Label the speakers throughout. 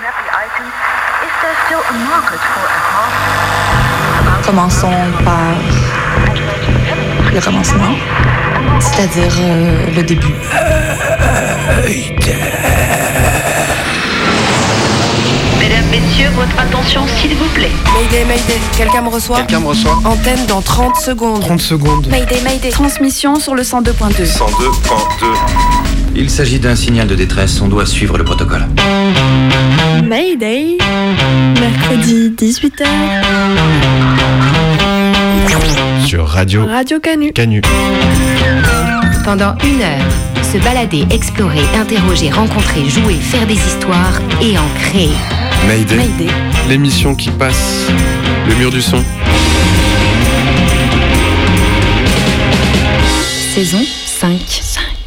Speaker 1: Commençons par le commencement, c'est-à-dire le début.
Speaker 2: Mesdames, messieurs, votre attention s'il vous plaît.
Speaker 3: Mayday, Mayday, quelqu'un me reçoit ? Antenne dans 30 secondes.
Speaker 4: 30 secondes.
Speaker 3: Mayday, Mayday. Transmission sur le 102.2.
Speaker 4: 102.2.
Speaker 5: Il s'agit d'un signal de détresse, on doit suivre le protocole.
Speaker 6: Mayday, mercredi 18h.
Speaker 4: Sur Radio
Speaker 6: Canu.
Speaker 2: Pendant 1 heure, se balader, explorer, interroger, rencontrer, jouer, faire des histoires et en créer.
Speaker 4: Mayday, l'émission qui passe le mur du son.
Speaker 7: Saison 5.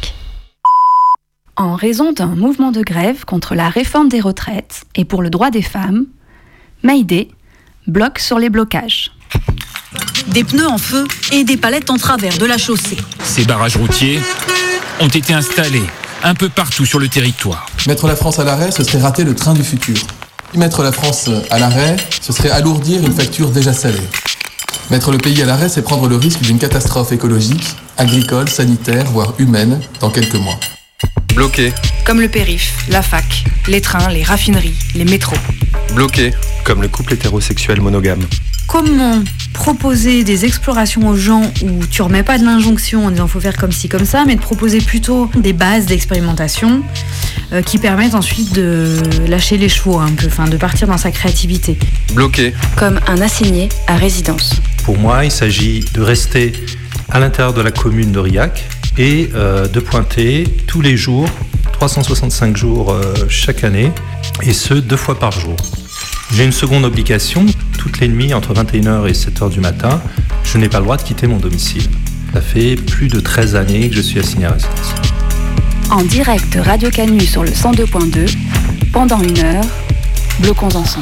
Speaker 7: En raison d'un mouvement de grève contre la réforme des retraites et pour le droit des femmes, Mayday bloque sur les blocages.
Speaker 8: Des pneus en feu et des palettes en travers de la chaussée.
Speaker 9: Ces barrages routiers ont été installés un peu partout sur le territoire.
Speaker 10: Mettre la France à l'arrêt, ce serait rater le train du futur. Mettre la France à l'arrêt, ce serait alourdir une facture déjà salée. Mettre le pays à l'arrêt, c'est prendre le risque d'une catastrophe écologique, agricole, sanitaire, voire humaine, dans quelques mois.
Speaker 4: Bloqué.
Speaker 3: Comme le périph', la fac, les trains, les raffineries, les métros.
Speaker 4: Bloqué. Comme le couple hétérosexuel monogame.
Speaker 8: Comment proposer des explorations aux gens où tu remets pas de l'injonction en disant faut faire comme ci, comme ça, mais de proposer plutôt des bases d'expérimentation qui permettent ensuite de lâcher les chevaux un peu, de partir dans sa créativité.
Speaker 4: Bloqué.
Speaker 7: Comme un assigné à résidence.
Speaker 11: Pour moi, il s'agit de rester à l'intérieur de la commune d'Aurillac et de pointer tous les jours, 365 jours chaque année, et ce 2 fois par jour. J'ai une seconde obligation, toutes les nuits entre 21h et 7h du matin, je n'ai pas le droit de quitter mon domicile. Ça fait plus de 13 années que je suis assigné à résidence.
Speaker 7: En direct de Radio Canu sur le 102.2, pendant 1 heure, bloquons ensemble.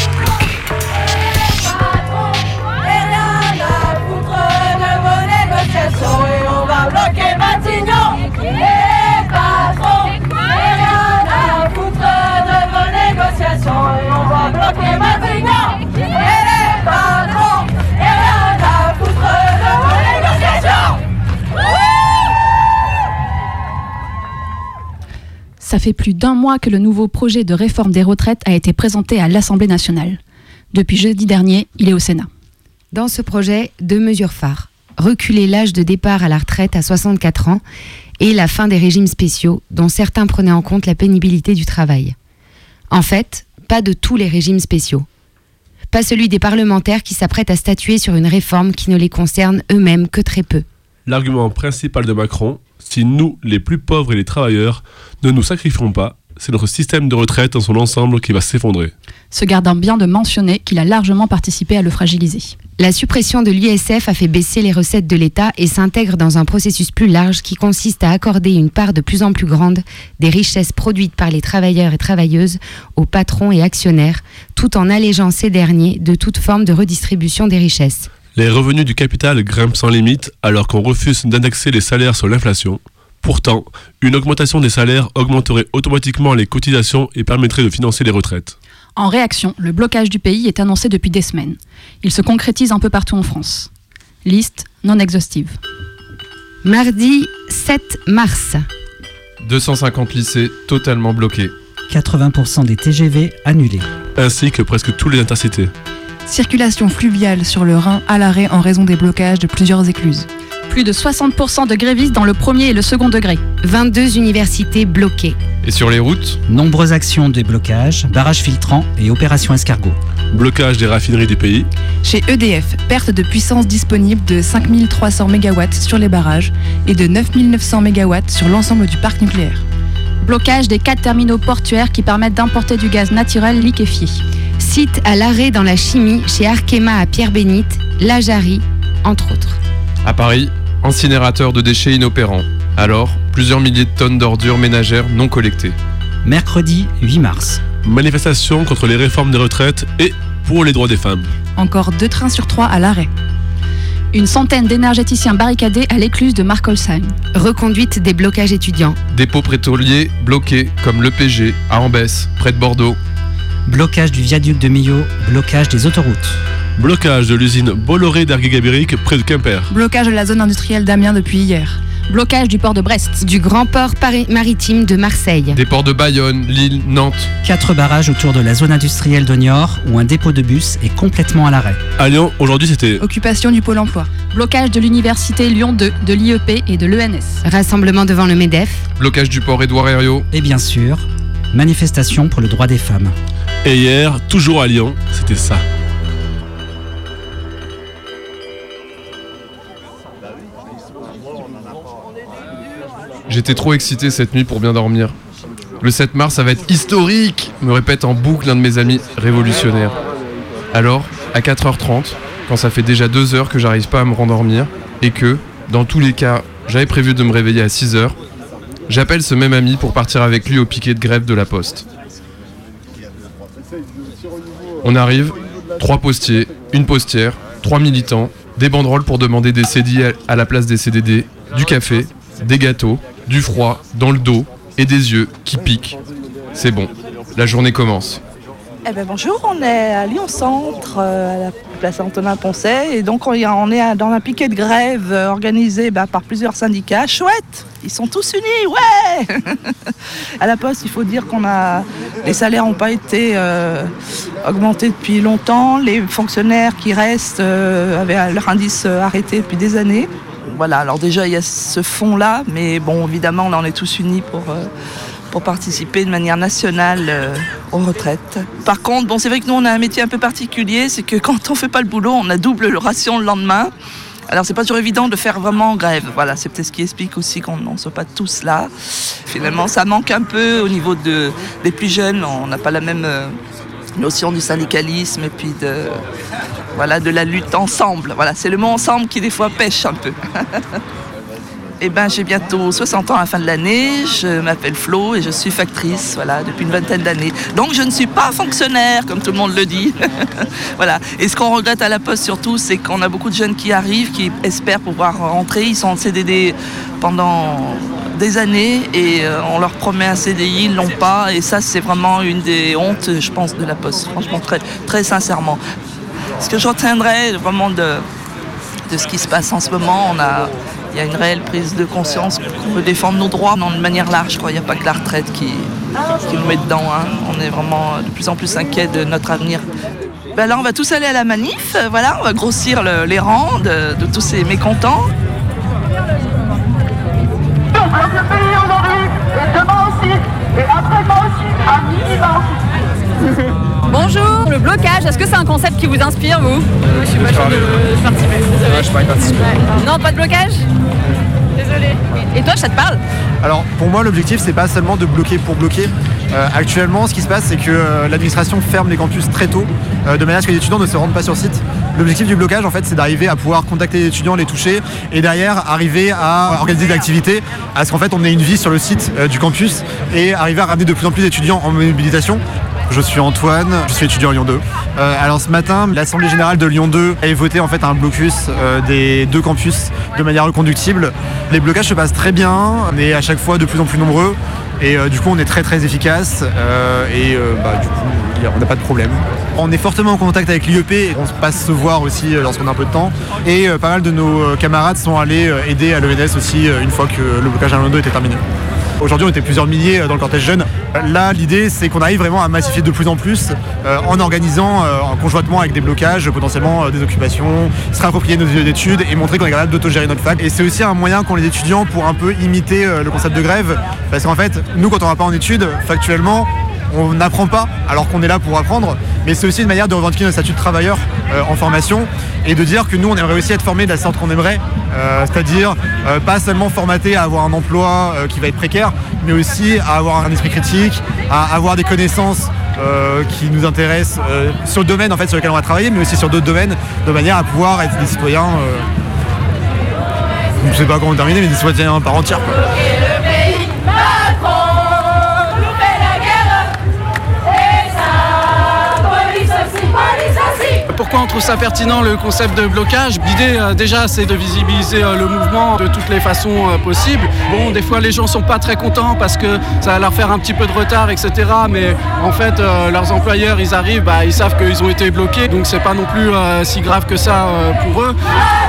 Speaker 6: Ça fait plus d'1 mois que le nouveau projet de réforme des retraites a été présenté à l'Assemblée nationale. Depuis jeudi dernier, il est au Sénat.
Speaker 2: Dans ce projet, 2 mesures phares. Reculer l'âge de départ à la retraite à 64 ans et la fin des régimes spéciaux, dont certains prenaient en compte la pénibilité du travail. En fait, pas de tous les régimes spéciaux. Pas celui des parlementaires qui s'apprêtent à statuer sur une réforme qui ne les concerne eux-mêmes que très peu.
Speaker 12: L'argument principal de Macron, si nous, les plus pauvres et les travailleurs, ne nous sacrifierons pas, c'est notre système de retraite dans son ensemble qui va s'effondrer.
Speaker 6: Se gardant bien de mentionner qu'il a largement participé à le fragiliser.
Speaker 2: La suppression de l'ISF a fait baisser les recettes de l'État et s'intègre dans un processus plus large qui consiste à accorder une part de plus en plus grande des richesses produites par les travailleurs et travailleuses aux patrons et actionnaires, tout en allégeant ces derniers de toute forme de redistribution des richesses.
Speaker 12: Les revenus du capital grimpent sans limite alors qu'on refuse d'indexer les salaires sur l'inflation. Pourtant, une augmentation des salaires augmenterait automatiquement les cotisations et permettrait de financer les retraites.
Speaker 6: En réaction, le blocage du pays est annoncé depuis des semaines. Il se concrétise un peu partout en France. Liste non exhaustive.
Speaker 2: Mardi 7 mars.
Speaker 4: 250 lycées totalement bloqués.
Speaker 13: 80% des TGV annulés.
Speaker 12: Ainsi que presque tous les intercités.
Speaker 6: Circulation fluviale sur le Rhin à l'arrêt en raison des blocages de plusieurs écluses. Plus de 60% de grévistes dans le premier et le second degré.
Speaker 2: 22 universités bloquées.
Speaker 4: Et sur les routes ?
Speaker 13: Nombreuses actions de blocage, barrages filtrants et opérations escargot.
Speaker 12: Blocage des raffineries du pays.
Speaker 6: Chez EDF, perte de puissance disponible de 5300 MW sur les barrages et de 9900 MW sur l'ensemble du parc nucléaire. Blocage des 4 terminaux portuaires qui permettent d'importer du gaz naturel liquéfié.
Speaker 2: Site à l'arrêt dans la chimie chez Arkema à Pierre-Bénite, La Jarrie, entre autres.
Speaker 4: À Paris, incinérateur de déchets inopérants. Alors, plusieurs milliers de tonnes d'ordures ménagères non collectées.
Speaker 13: Mercredi 8 mars.
Speaker 12: Manifestation contre les réformes des retraites et pour les droits des femmes.
Speaker 6: Encore 2 trains sur 3 à l'arrêt. Une centaine d'énergéticiens barricadés à l'écluse de Markolsheim.
Speaker 2: Reconduite des blocages étudiants.
Speaker 4: Dépôts pétroliers bloqués comme l'EPG à Ambès, près de Bordeaux.
Speaker 13: Blocage du viaduc de Millau, blocage des autoroutes.
Speaker 12: Blocage de l'usine Bolloré d'Arguet-Gabéric près de Quimper.
Speaker 6: Blocage de la zone industrielle d'Amiens depuis hier.
Speaker 2: Blocage du port de Brest. Du grand port maritime de Marseille.
Speaker 4: Des ports de Bayonne, Lille, Nantes.
Speaker 13: 4 barrages autour de la zone industrielle de Niort où un dépôt de bus est complètement à l'arrêt.
Speaker 12: À Lyon, aujourd'hui c'était...
Speaker 6: Occupation du pôle emploi.
Speaker 14: Blocage de l'université Lyon 2, de l'IEP et de l'ENS.
Speaker 2: Rassemblement devant le MEDEF.
Speaker 4: Blocage du port Édouard Herriot.
Speaker 13: Et bien sûr, manifestation pour le droit des femmes.
Speaker 12: Et hier, toujours à Lyon, c'était ça.
Speaker 4: J'étais trop excité cette nuit pour bien dormir. Le 7 mars, ça va être historique, me répète en boucle l'un de mes amis révolutionnaires. Alors, à 4h30, quand ça fait déjà 2 heures que j'arrive pas à me rendormir, et que, dans tous les cas, j'avais prévu de me réveiller à 6h, j'appelle ce même ami pour partir avec lui au piquet de grève de la Poste. On arrive, 3 postiers, une postière, 3 militants, des banderoles pour demander des CDI à la place des CDD, du café, des gâteaux, du froid dans le dos et des yeux qui piquent. C'est bon, la journée commence.
Speaker 15: Eh ben bonjour, on est à Lyon Centre, à la place Antonin-Poncet, et donc on est dans un piquet de grève organisé par plusieurs syndicats. Chouette, ils sont tous unis, ouais. À la Poste, il faut dire les salaires n'ont pas été augmentés depuis longtemps, les fonctionnaires qui restent avaient leur indice arrêté depuis des années. Voilà, alors déjà il y a ce fond-là, mais bon, évidemment, là on est tous unis pour participer de manière nationale aux retraites. Par contre, c'est vrai que nous on a un métier un peu particulier, c'est que quand on fait pas le boulot, on a double ration le lendemain. Alors c'est pas toujours évident de faire vraiment grève. Voilà, c'est peut-être ce qui explique aussi qu'on ne soit pas tous là. Finalement, ça manque un peu au niveau des plus jeunes. On n'a pas la même notion du syndicalisme et puis de la lutte ensemble. Voilà, c'est le mot ensemble qui des fois pêche un peu. Eh ben, j'ai bientôt 60 ans à la fin de l'année, je m'appelle Flo et je suis factrice, voilà, depuis une vingtaine d'années. Donc je ne suis pas fonctionnaire, comme tout le monde le dit. Voilà. Et ce qu'on regrette à la Poste surtout, c'est qu'on a beaucoup de jeunes qui arrivent, qui espèrent pouvoir rentrer. Ils sont en CDD pendant des années et on leur promet un CDI, ils ne l'ont pas. Et ça, c'est vraiment une des hontes, je pense, de la Poste, franchement, très, très sincèrement. Ce que je retiendrai vraiment de ce qui se passe en ce moment, il y a une réelle prise de conscience qu'on veut défendre nos droits de manière large. Il n'y a pas que la retraite qui nous met dedans. Hein. On est vraiment de plus en plus inquiets de notre avenir. Là, on va tous aller à la manif. Voilà, on va grossir les rangs de tous ces mécontents.
Speaker 16: On bloque le pays aujourd'hui, et demain aussi, et après-demain aussi, à minimum.
Speaker 14: Bonjour, le blocage, est-ce que c'est un concept qui vous inspire, vous ? Je suis pas sûre de participer.
Speaker 17: Je suis pas participer.
Speaker 14: Non, pas de blocage ? Désolé. Et toi, ça te parle ?
Speaker 17: Alors, pour moi, l'objectif, c'est pas seulement de bloquer pour bloquer. Actuellement, ce qui se passe, c'est que l'administration ferme les campus très tôt, de manière à ce que les étudiants ne se rendent pas sur site. L'objectif du blocage, en fait, c'est d'arriver à pouvoir contacter les étudiants, les toucher, et derrière, arriver à organiser des activités, à ce qu'en fait, on ait une vie sur le site du campus, et arriver à ramener de plus en plus d'étudiants en mobilisation. Je suis Antoine, je suis étudiant à Lyon 2. Alors ce matin, l'Assemblée Générale de Lyon 2 a voté en fait un blocus des 2 campus de manière reconductible. Les blocages se passent très bien, on est à chaque fois de plus en plus nombreux et du coup on est très très efficace du coup on n'a pas de problème. On est fortement en contact avec l'IEP et on se passe se voir aussi lorsqu'on a un peu de temps et pas mal de nos camarades sont allés aider à l'ENS aussi une fois que le blocage à Lyon 2 était terminé. Aujourd'hui, on était plusieurs milliers dans le cortège jeune. Là, l'idée, c'est qu'on arrive vraiment à massifier de plus en plus en organisant conjointement avec des blocages, potentiellement des occupations, se réapproprier nos lieux d'études et montrer qu'on est capable d'autogérer notre fac. Et c'est aussi un moyen qu'ont les étudiants pour un peu imiter le concept de grève. Parce qu'en fait, nous, quand on va pas en études, factuellement, on n'apprend pas alors qu'on est là pour apprendre, mais c'est aussi une manière de revendiquer notre statut de travailleur en formation et de dire que nous on aimerait aussi être formés de la sorte qu'on aimerait, c'est-à-dire pas seulement formaté à avoir un emploi qui va être précaire, mais aussi à avoir un esprit critique, à avoir des connaissances qui nous intéressent sur le domaine en fait sur lequel on va travailler, mais aussi sur d'autres domaines, de manière à pouvoir être des citoyens, je ne sais pas comment terminer, mais des citoyens par entière, quoi.
Speaker 18: Pourquoi on trouve ça pertinent le concept de blocage. L'idée déjà c'est de visibiliser le mouvement de toutes les façons possibles. Bon, des fois les gens sont pas très contents parce que ça va leur faire un petit peu de retard, etc. Mais en fait leurs employeurs ils arrivent, ils savent qu'ils ont été bloqués, donc c'est pas non plus si grave que ça pour eux.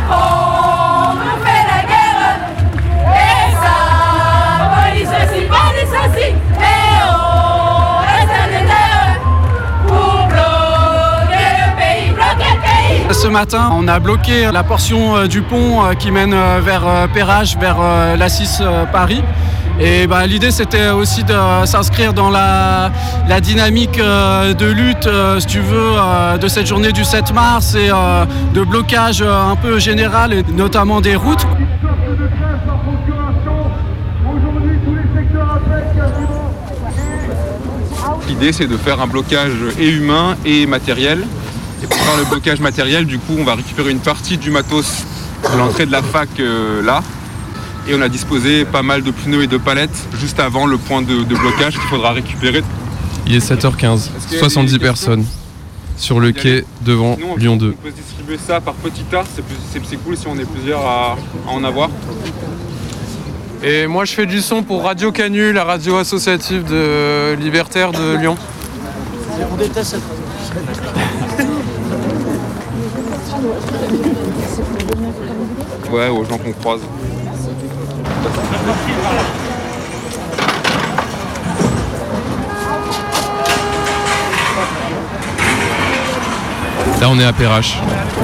Speaker 18: Ce matin, on a bloqué la portion du pont qui mène vers Perrache, vers l'A6 Paris. Et l'idée, c'était aussi de s'inscrire dans la dynamique de lutte, si tu veux, de cette journée du 7 mars et de blocage un peu général, et notamment des routes.
Speaker 19: L'idée, c'est de faire un blocage et humain et matériel. Et pour faire le blocage matériel, du coup, on va récupérer une partie du matos de l'entrée de la fac là. Et on a disposé pas mal de pneus et de palettes juste avant le point de blocage qu'il faudra récupérer.
Speaker 4: Il est 7h15, 70 personnes sur le quai devant Lyon 2.
Speaker 19: On peut se distribuer ça par petits tas, c'est cool si on est plusieurs à en avoir.
Speaker 4: Et moi je fais du son pour Radio Canu, la radio associative de libertaires de Lyon.
Speaker 20: On déteste cette
Speaker 19: Ouais, aux gens qu'on croise.
Speaker 4: Là on est à Perrache.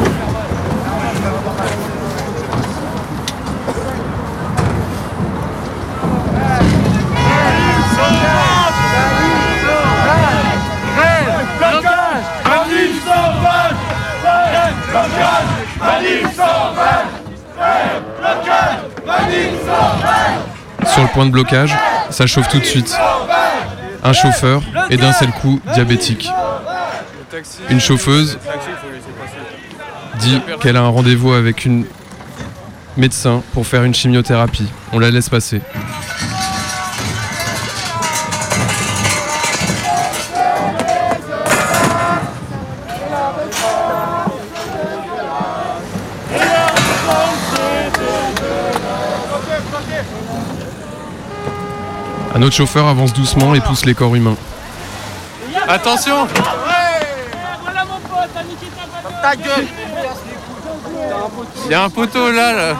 Speaker 4: Sur le point de blocage, ça chauffe tout de suite. Un chauffeur et d'un seul coup diabétique. Une chauffeuse dit qu'elle a un rendez-vous avec une médecin pour faire une chimiothérapie. On la laisse passer. Un autre chauffeur avance doucement et pousse les corps humains. Attention!
Speaker 20: Ta gueule!
Speaker 4: Il y a un poteau là.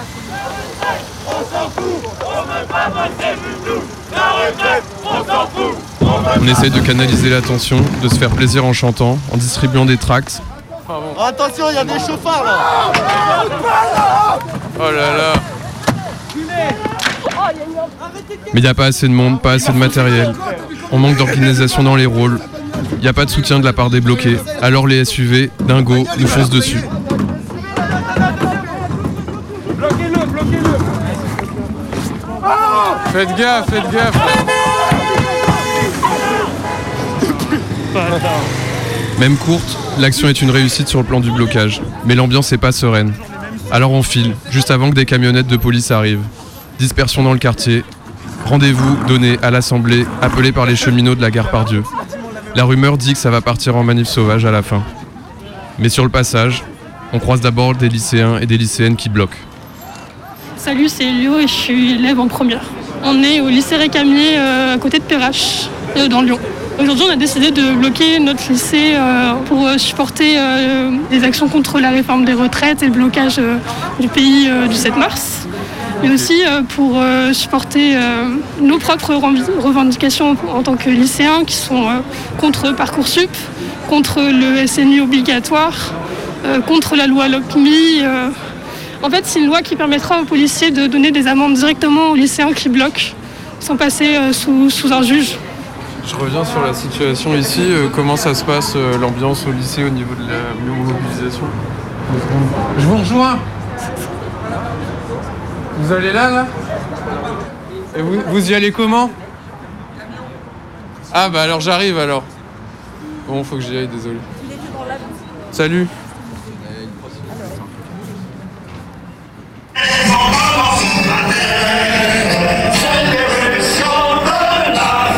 Speaker 4: On essaye de canaliser l'attention, de se faire plaisir en chantant, en distribuant des tracts.
Speaker 20: Attention, il y a des chauffards là!
Speaker 4: Oh là là! Mais il n'y a pas assez de monde, pas assez de matériel. On manque d'organisation dans les rôles. Il n'y a pas de soutien de la part des bloqués. Alors les SUV, dingos, nous foncent dessus.
Speaker 20: Bloquez-le!
Speaker 4: Faites gaffe! Même courte, l'action est une réussite sur le plan du blocage. Mais l'ambiance n'est pas sereine. Alors on file, juste avant que des camionnettes de police arrivent. Dispersion dans le quartier. Rendez-vous donné à l'Assemblée, appelé par les cheminots de la gare Pardieu. La rumeur dit que ça va partir en manif sauvage à la fin. Mais sur le passage, on croise d'abord des lycéens et des lycéennes qui bloquent.
Speaker 21: Salut, c'est Léo et je suis élève en première. On est au lycée Récamier à côté de Perrache, dans Lyon. Aujourd'hui, on a décidé de bloquer notre lycée pour supporter des actions contre la réforme des retraites et le blocage du pays du 7 mars. Mais aussi pour supporter nos propres revendications en tant que lycéens qui sont contre Parcoursup, contre le SNU obligatoire, contre la loi LOPMI. En fait, c'est une loi qui permettra aux policiers de donner des amendes directement aux lycéens qui bloquent, sans passer sous un juge.
Speaker 4: Je reviens sur la situation ici. Comment ça se passe, l'ambiance au lycée au niveau de la mobilisation? Je vous rejoins. Vous allez là? Et vous y allez comment? Ah bah alors j'arrive alors. Bon, faut que j'y aille, désolé. Salut.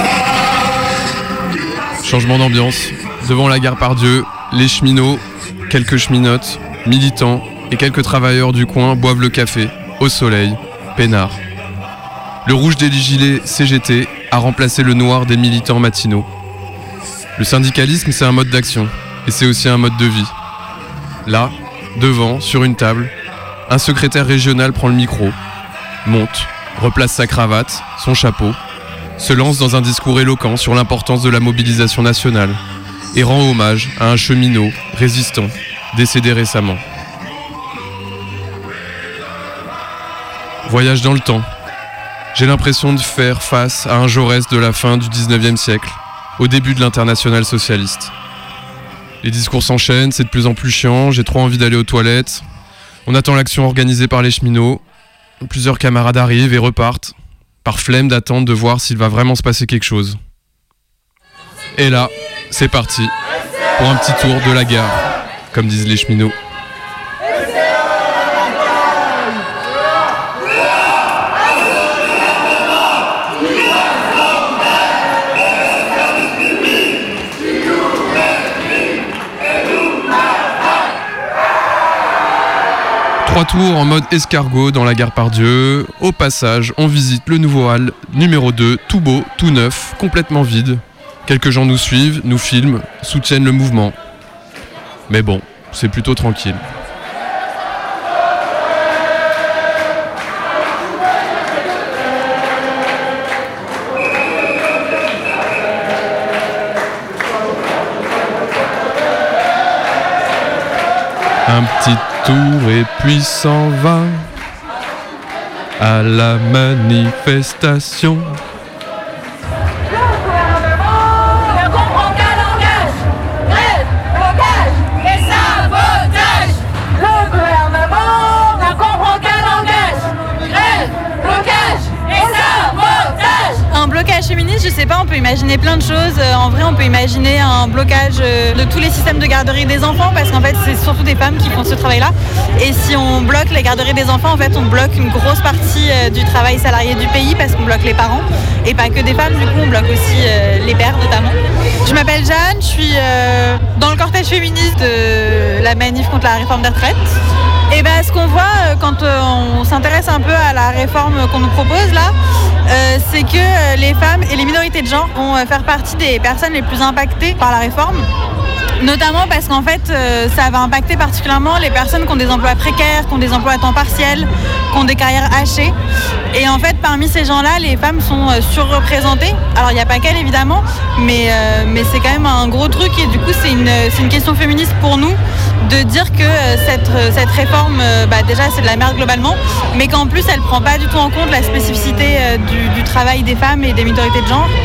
Speaker 4: Changement d'ambiance. Devant la gare Pardieu, les cheminots quelques cheminotes, militants et quelques travailleurs du coin boivent le café, au soleil, peinard. Le rouge des gilets CGT a remplacé le noir des militants matinaux. Le syndicalisme, c'est un mode d'action, et c'est aussi un mode de vie. Là, devant, sur une table, un secrétaire régional prend le micro, monte, replace sa cravate, son chapeau, se lance dans un discours éloquent sur l'importance de la mobilisation nationale et rend hommage à un cheminot résistant, décédé récemment. Voyage dans le temps. J'ai l'impression de faire face à un Jaurès de la fin du 19e siècle, au début de l'internationale socialiste. Les discours s'enchaînent, c'est de plus en plus chiant, j'ai trop envie d'aller aux toilettes. On attend l'action organisée par les cheminots. Plusieurs camarades arrivent et repartent, par flemme d'attendre de voir s'il va vraiment se passer quelque chose. Et là, c'est parti, pour un petit tour de la gare, comme disent les cheminots. Trois tours en mode escargot dans la gare Pardieu. Au passage, on visite le nouveau hall numéro 2, tout beau, tout neuf, complètement vide. Quelques gens nous suivent, nous filment, soutiennent le mouvement. Mais bon, c'est plutôt tranquille. Un petit tour et puis s'en va à la manifestation.
Speaker 16: Ne comprend qu'un langage. Grève, blocage et sabotage. Le gouvernement ne comprend qu'un langage. Grève, blocage et sabotage.
Speaker 1: Un blocage féministe, je sais pas, on peut imaginer plein de choses. En vrai, on peut imaginer un blocage de tous les systèmes de garderie des enfants, parce qu'en fait, c'est surtout des femmes qui font ce travail-là. Et si on bloque les garderies des enfants, en fait, on bloque une grosse partie du travail salarié du pays, parce qu'on bloque les parents. Et pas que des femmes, du coup, on bloque aussi les pères, notamment. Je m'appelle Jeanne, je suis dans le cortège féministe de la manif contre la réforme des retraites. Et ben, ce qu'on voit quand on s'intéresse un peu à la réforme qu'on nous propose là, c'est que les femmes et les minorités de genre vont faire partie des personnes les plus impactées par la réforme. Notamment parce qu'en fait, ça va impacter particulièrement les personnes qui ont des emplois précaires, qui ont des emplois à temps partiel, qui ont des carrières hachées. Et en fait, parmi ces gens-là, les femmes sont surreprésentées. Alors, il n'y a pas qu'elles, évidemment, mais c'est quand même un gros truc. Et du coup, c'est une question féministe pour nous de dire que cette réforme, déjà, c'est de la merde globalement, mais qu'en plus, elle ne prend pas du tout en compte la spécificité du travail des femmes et des minorités de genre.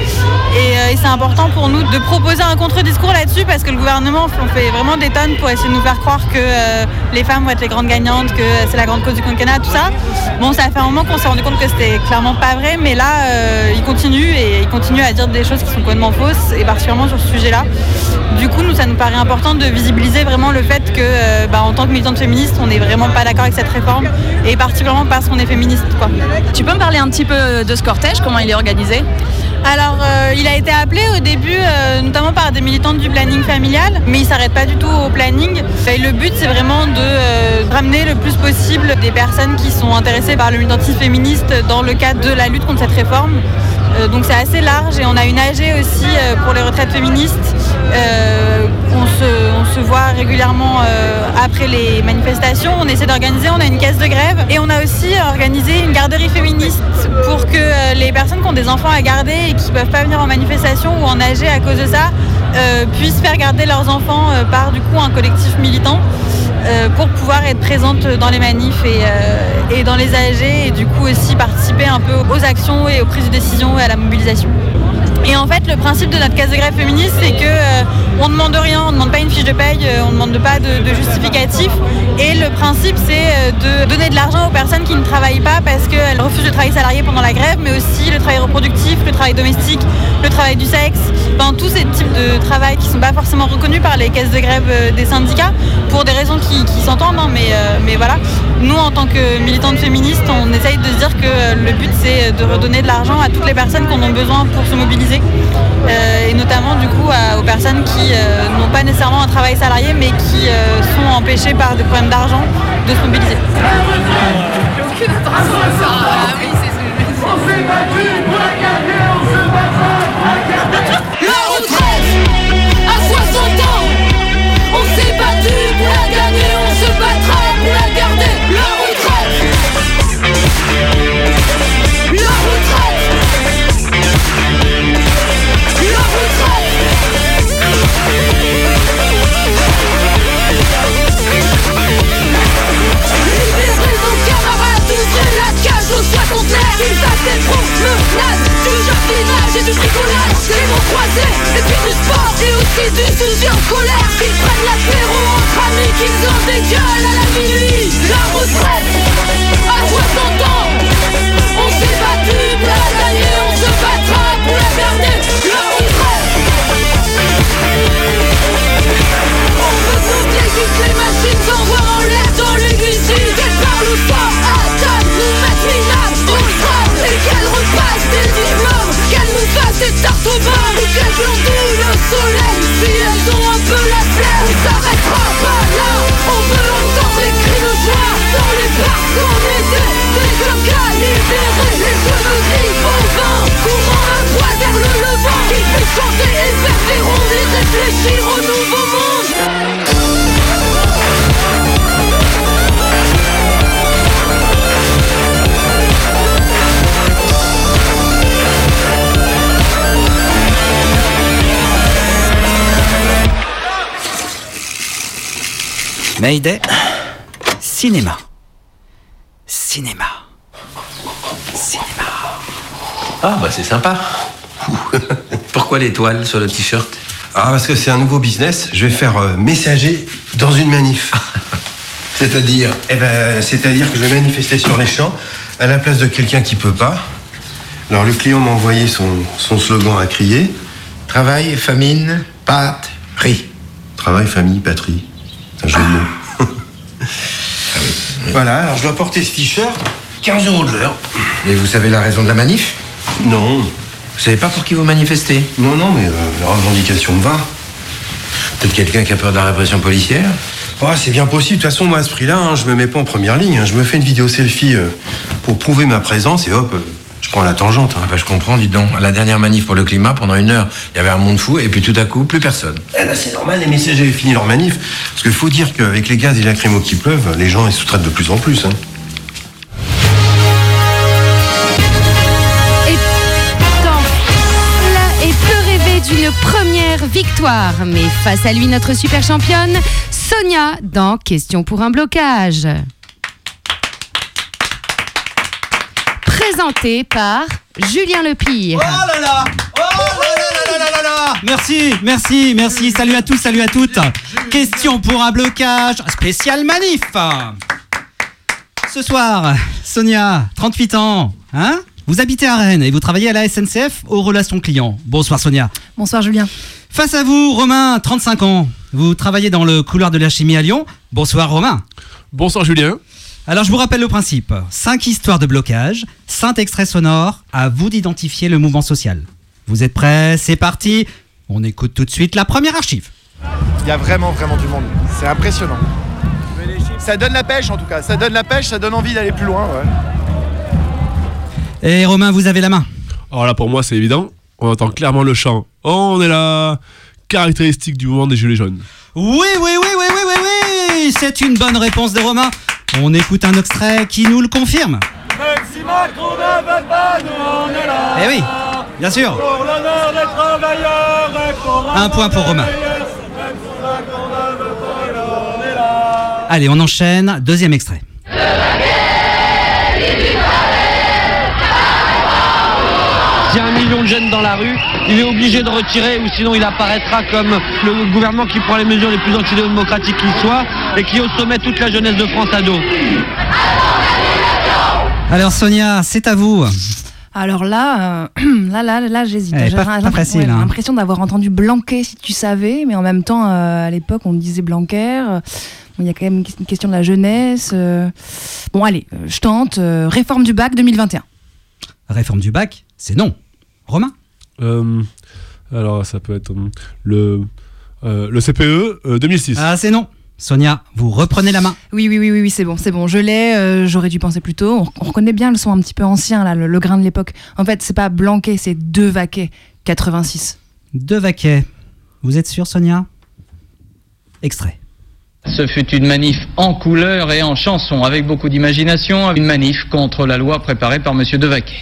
Speaker 1: Et c'est important pour nous de proposer un contre-discours là-dessus, parce que le gouvernement fait vraiment des tonnes pour essayer de nous faire croire que les femmes vont être les grandes gagnantes, que c'est la grande cause du quinquennat, tout ça. Bon, ça fait un moment qu'on s'est rendu compte que c'était clairement pas vrai, mais là, ils continuent à dire des choses qui sont complètement fausses, et particulièrement sur ce sujet-là. Du coup, ça nous paraît important de visibiliser vraiment le fait que, en tant que militante féministe, on n'est vraiment pas d'accord avec cette réforme, et particulièrement parce qu'on est féministe, quoi.
Speaker 14: Tu peux me parler un petit peu de ce cortège, comment il est organisé ?
Speaker 1: Alors, il a été appelé au début notamment par des militantes du planning familial, mais il ne s'arrête pas du tout au planning. Et le but, c'est vraiment de ramener le plus possible des personnes qui sont intéressées par le militantisme féministe dans le cadre de la lutte contre cette réforme. Donc c'est assez large, et on a une AG aussi pour les retraites féministes. On se voit régulièrement après les manifestations, on essaie d'organiser, on a une caisse de grève, et on a aussi organisé une garderie féministe pour que les personnes qui ont des enfants à garder et qui ne peuvent pas venir en manifestation ou en AG à cause de ça puissent faire garder leurs enfants par du coup un collectif militant pour pouvoir être présentes dans les manifs et dans les AG, et du coup aussi participer un peu aux actions et aux prises de décision et à la mobilisation. Et en fait, le principe de notre caisse de grève féministe, c'est qu'on ne demande rien, on ne demande pas une fiche de paye, on ne demande pas de justificatif. Et le principe, c'est de donner de l'argent aux personnes qui ne travaillent pas parce qu'elles refusent le travail salarié pendant la grève, mais aussi le travail reproductif, le travail domestique, le travail du sexe, tous ces types de travail qui ne sont pas forcément reconnus par les caisses de grève des syndicats, pour des raisons qui s'entendent, mais voilà. Nous, en tant que militantes féministes, on essaye de se dire que le but, c'est de redonner de l'argent à toutes les personnes qui en ont besoin pour se mobiliser, et notamment du coup aux personnes personnes qui n'ont pas nécessairement un travail salarié mais qui sont empêchées par des problèmes d'argent de se mobiliser.
Speaker 16: La retraite à 60 ans, on s'est battu pour la gagner, on se battra pour la garder. La retraite, la retraite, la retraite. Libérez nos camarades, ouvrez la cage aux 60 l'air. Ils savent des promenades, du jardinage et du bricolage, les mots croisés, et puis du sport et aussi du soutien scolaire. Qu'ils prennent l'apéro entre amis, qu'ils ont des gueules à la minuit. La retraite à 60 ans, on s'est battu pour la gagner, on se battra pour la garder. La retraite, on veut compter toutes les machines s'envoient en l'air dans l'aiguille. Qu'elles parlent au soir, à table, nous mettent minables au sol, et qu'elles repassent des diplômes, qu'elles nous fassent des tartes au beurre, ou qu'elles glandouillent au soleil. Si elles ont un peu la flemme, on s'arrêtera pas là. On veut entendre les cris de joie dans les parcs en été, des cocas libérés, les cheveux gris au vent, courant un poids vers le levant, qui fait chanter et faire des rondes et réfléchir au nouveau monde.
Speaker 13: Mayday, cinéma. Cinéma. Cinéma.
Speaker 5: Ah bah c'est sympa. Pourquoi l'étoile sur le t-shirt?
Speaker 22: Ah parce que c'est un nouveau business, je vais faire messager dans une manif. C'est-à-dire c'est-à-dire que je vais manifester sur les champs à la place de quelqu'un qui peut pas. Alors le client m'a envoyé son slogan à crier. Travail, famine, patrie. Travail, famille, patrie. C'est un jeu de mots. Voilà, alors je dois porter ce t-shirt, 15 € de l'heure.
Speaker 5: Et vous savez la raison de la manif?
Speaker 22: Non.
Speaker 5: Vous savez pas pour qui vous manifestez?
Speaker 22: Non, mais la revendication me va.
Speaker 5: Peut-être quelqu'un qui a peur de la répression policière?
Speaker 22: Oh, c'est bien possible. De toute façon, moi, à ce prix-là, je me mets pas en première ligne. Je me fais une vidéo selfie pour prouver ma présence et hop, je prends la tangente.
Speaker 5: Ah bah, je comprends, dites donc. À la dernière manif pour le climat, pendant 1 heure, il y avait un monde fou et puis tout à coup, plus personne.
Speaker 22: Eh ben, c'est normal, les messagers avaient fini leur manif. Parce qu'il faut dire qu'avec les gaz et les lacrymos qui pleuvent, les gens ils sous-traitent de plus en plus.
Speaker 2: Et peut rêver d'une première victoire. Mais face à lui, notre super championne, Sonia, dans Question pour un blocage. Présentée par Julien Lepire.
Speaker 23: Oh là là! Oh là là là là là! Merci. Salut à tous, salut à toutes. Question pour un blocage spécial manif. Ce soir, Sonia, 38 ans, hein? Vous habitez à Rennes et vous travaillez à la SNCF aux relations clients. Bonsoir Sonia.
Speaker 6: Bonsoir Julien.
Speaker 23: Face à vous, Romain, 35 ans. Vous travaillez dans le couloir de la chimie à Lyon. Bonsoir Romain.
Speaker 12: Bonsoir Julien.
Speaker 23: Alors je vous rappelle le principe. 5 histoires de blocage, 5 extraits sonores, à vous d'identifier le mouvement social. Vous êtes prêts? C'est parti. On écoute tout de suite la première archive.
Speaker 17: Il y a vraiment du monde. C'est impressionnant. Ça donne la pêche en tout cas. Ça donne la pêche, ça donne envie d'aller plus loin. Ouais.
Speaker 23: Et Romain, vous avez la main.
Speaker 12: Alors là, pour moi, c'est évident. On entend clairement le chant. Oh, on est là. Caractéristique du mouvement des Gilets jaunes.
Speaker 23: Oui. C'est une bonne réponse de Romain. On écoute un extrait qui nous le confirme.
Speaker 20: Même si Macron ne veut pas, nous on est là.
Speaker 23: Eh oui, bien sûr.
Speaker 20: Pour l'honneur des travailleurs et pour
Speaker 23: un point pour Romain. Allez, on enchaîne. Deuxième extrait.
Speaker 24: Il y a 1 million de jeunes dans la rue, il est obligé de retirer ou sinon il apparaîtra comme le gouvernement qui prend les mesures les plus antidémocratiques qui soient et qui au sommet toute la jeunesse de France à dos.
Speaker 23: Alors Sonia, c'est à vous.
Speaker 6: Alors là, j'hésite.
Speaker 23: J'ai
Speaker 6: l'impression d'avoir entendu Blanquer, si tu savais, mais en même temps, à l'époque, on disait Blanquer. Il y a quand même une question de la jeunesse. Bon, allez, je tente. Réforme du bac 2021.
Speaker 23: Réforme du bac, c'est non. Romain?
Speaker 12: Alors, ça peut être le CPE 2006.
Speaker 23: Ah, c'est non. Sonia, vous reprenez la main.
Speaker 6: Oui, c'est bon. Je l'ai, j'aurais dû penser plus tôt. On reconnaît bien le son un petit peu ancien, là, le grain de l'époque. En fait, c'est pas Blanquet, c'est Devaquet, 86.
Speaker 23: Devaquet. Vous êtes sûr, Sonia ? Extrait.
Speaker 3: Ce fut une manif en couleur et en chanson, avec beaucoup d'imagination, une manif contre la loi préparée par Monsieur Devaquet.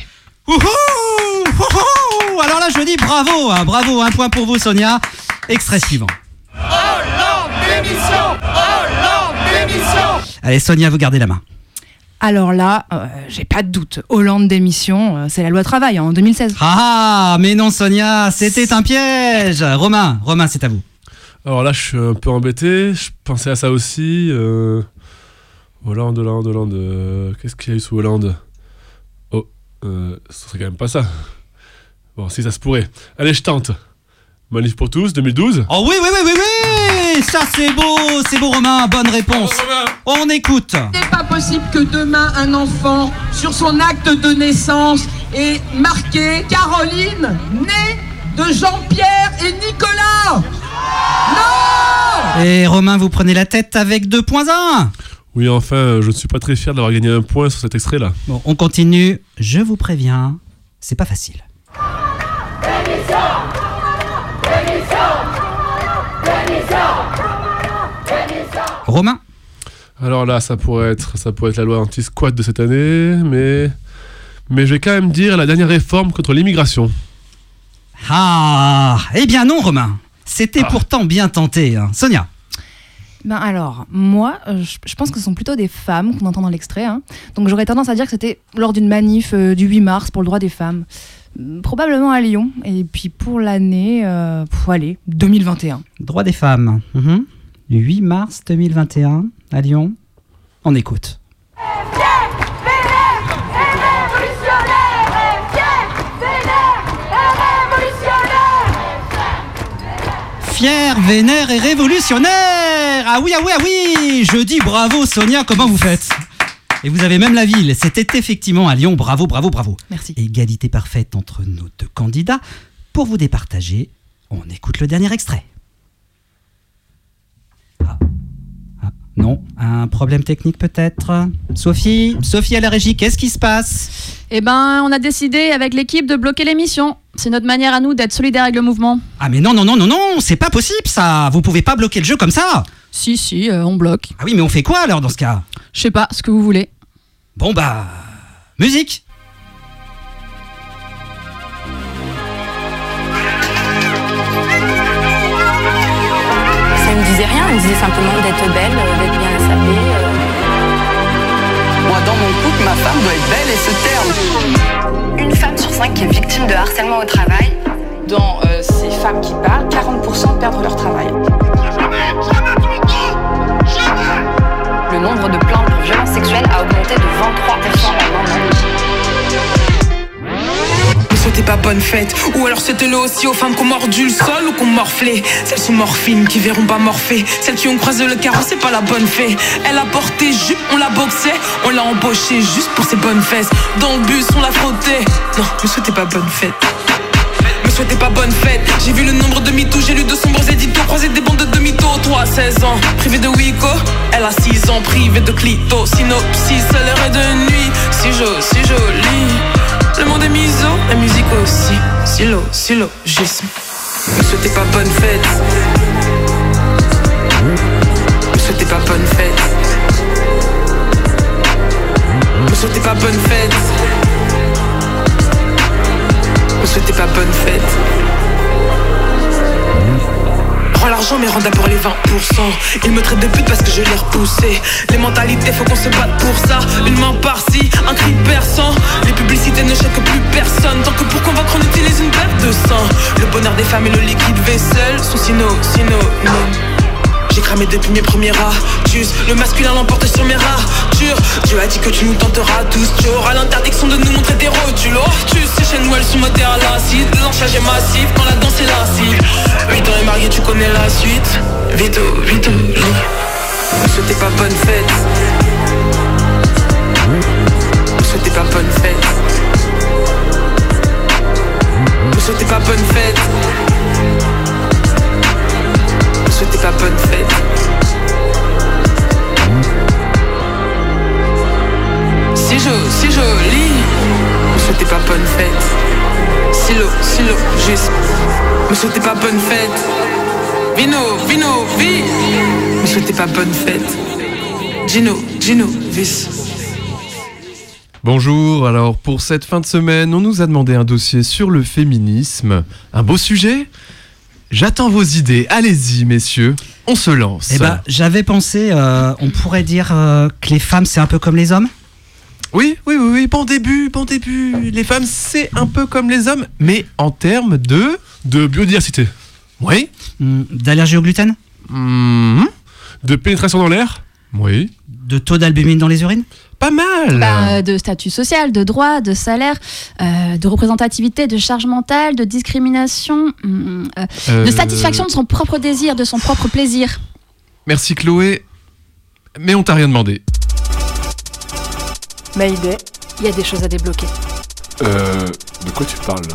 Speaker 23: Alors là, je dis bravo, hein, bravo, un point pour vous, Sonia. Extrait suivant.
Speaker 16: Hollande démission.
Speaker 23: Allez, Sonia, vous gardez la main.
Speaker 6: Alors là, j'ai pas de doute. Hollande démission, c'est la loi travail en 2016.
Speaker 23: Ah, mais non, Sonia, c'était un piège. Romain, c'est à vous.
Speaker 12: Alors là, je suis un peu embêté. Je pensais à ça aussi. Hollande. Qu'est-ce qu'il y a eu sous Hollande ? Oh, ce serait quand même pas ça. Bon, si ça se pourrait. Allez, je tente. Manif pour tous, 2012.
Speaker 23: Oh oui. Ça, c'est beau, Romain. Bonne réponse. On écoute.
Speaker 8: C'est pas possible que demain, un enfant, sur son acte de naissance, ait marqué Caroline, née de Jean-Pierre et Nicolas. Non !
Speaker 23: Et Romain, vous prenez la tête avec 2 points 1.
Speaker 12: Oui, enfin, je ne suis pas très fier d'avoir gagné un point sur cet extrait-là.
Speaker 23: Bon, on continue. Je vous préviens, c'est pas facile. Romain.
Speaker 12: Alors là, ça pourrait être la loi anti-squat de cette année, mais je vais quand même dire la dernière réforme contre l'immigration.
Speaker 23: Ah, eh bien non, Romain. C'était pourtant bien tenté, hein. Sonia.
Speaker 6: Ben alors, moi, je pense que ce sont plutôt des femmes qu'on entend dans l'extrait. Hein. Donc j'aurais tendance à dire que c'était lors d'une manif du 8 mars pour le droit des femmes. Probablement à Lyon. Et puis pour l'année, 2021.
Speaker 23: Droit des femmes. Le 8 mars 2021 à Lyon. On écoute. Fier, vénère et révolutionnaire. Ah oui. Je dis bravo, Sonia, comment vous faites ? Et vous avez même la ville. C'était effectivement à Lyon. Bravo.
Speaker 6: Merci.
Speaker 23: Égalité parfaite entre nos 2 candidats. Pour vous départager, on écoute le dernier extrait. Non, un problème technique peut-être. Sophie à la régie, qu'est-ce qui se passe ?
Speaker 14: Eh ben, on a décidé avec l'équipe de bloquer l'émission. C'est notre manière à nous d'être solidaires avec le mouvement.
Speaker 23: Ah mais non, c'est pas possible ça. Vous pouvez pas bloquer le jeu comme ça.
Speaker 14: Si, on bloque.
Speaker 23: Ah oui, mais on fait quoi alors dans ce cas ?
Speaker 14: Je sais pas, ce que vous voulez.
Speaker 23: Bon bah, musique.
Speaker 9: Ça me disait rien, elle me disait simplement d'être belle, d'être bien sapée.
Speaker 8: Moi, dans mon couple, ma femme doit être belle et se terme.
Speaker 9: Une femme sur 5 qui est victime de harcèlement au travail. Dans ces femmes qui parlent, 40% perdent leur travail. Le nombre de plaintes pour violences sexuelles a augmenté de 23% en un an.
Speaker 8: Mais c'était pas bonne fête. Ou alors c'était le aussi aux femmes qui ont mordu le sol ou qui ont morflé. Celles sous morphine qui verront pas morfler. Celles qui ont croisé le carreau, c'est pas la bonne fée. Elle a porté jupe, on la boxait. On l'a embauchée juste pour ses bonnes fesses. Dans le bus, on l'a frottait. Non, mais c'était pas bonne fête. Me souhaitez pas bonne fête. J'ai vu le nombre de mythos, j'ai lu de sombres éditos, croisé des bandes de demi-taux. 3 à 16 ans, privée de Wico. Elle a 6 ans, privée de clito. Synopsis, à l'heure et de nuit. Si joli. Le monde est miso, la musique aussi. Syllogisme. Me souhaitez pas bonne fête. Me souhaitez pas bonne fête. Me souhaitez pas bonne fête. Me souhaitez pas bonne fête. Rends l'argent mais rends d'abord les 20%. Ils me traitent de pute parce que je l'ai repoussé. Les mentalités faut qu'on se batte pour ça. Une main par-ci, un cri perçant. Les publicités ne choquent plus personne. Tant que pour convaincre on utilise une perte de sang. Le bonheur des femmes et le liquide vaisselle sont synonymes. J'ai cramé depuis mes premiers ratus. Le masculin l'emporte sur mes ratures. Dieu a dit que tu nous tenteras tous. Tu auras l'interdiction de nous montrer tes rotules. Oh, tu sais, chez nous elles sont modées à l'acide. L'enchage est massif quand la danse est lascive. 8 ans et marié, tu connais la suite. Vito, lit. Me souhaitez pas bonne fête. Me souhaitez pas bonne fête. Me souhaitez pas bonne fête. Me souhaitez pas bonne fête. Vino, vi. Me souhaitez pas bonne fête. Gino, vis.
Speaker 4: Bonjour, alors pour cette fin de semaine, on nous a demandé un dossier sur le féminisme. Un beau sujet ? J'attends vos idées, allez-y messieurs, on se lance.
Speaker 13: J'avais pensé, on pourrait dire que les femmes c'est un peu comme les hommes ?
Speaker 4: Oui, bon début. Les femmes c'est un peu comme les hommes, mais en termes de
Speaker 12: biodiversité.
Speaker 4: Oui.
Speaker 13: D'allergie au gluten ?
Speaker 12: De pénétration dans l'air ?
Speaker 4: Oui.
Speaker 13: De taux d'albumine dans les urines ?
Speaker 4: Pas mal.
Speaker 14: De statut social, de droit, de salaire, de représentativité, de charge mentale, de discrimination, de satisfaction de son propre désir, de son propre plaisir.
Speaker 4: Merci Chloé, mais on t'a rien demandé.
Speaker 7: Mayday, il y a des choses à débloquer.
Speaker 12: De quoi tu parles là ?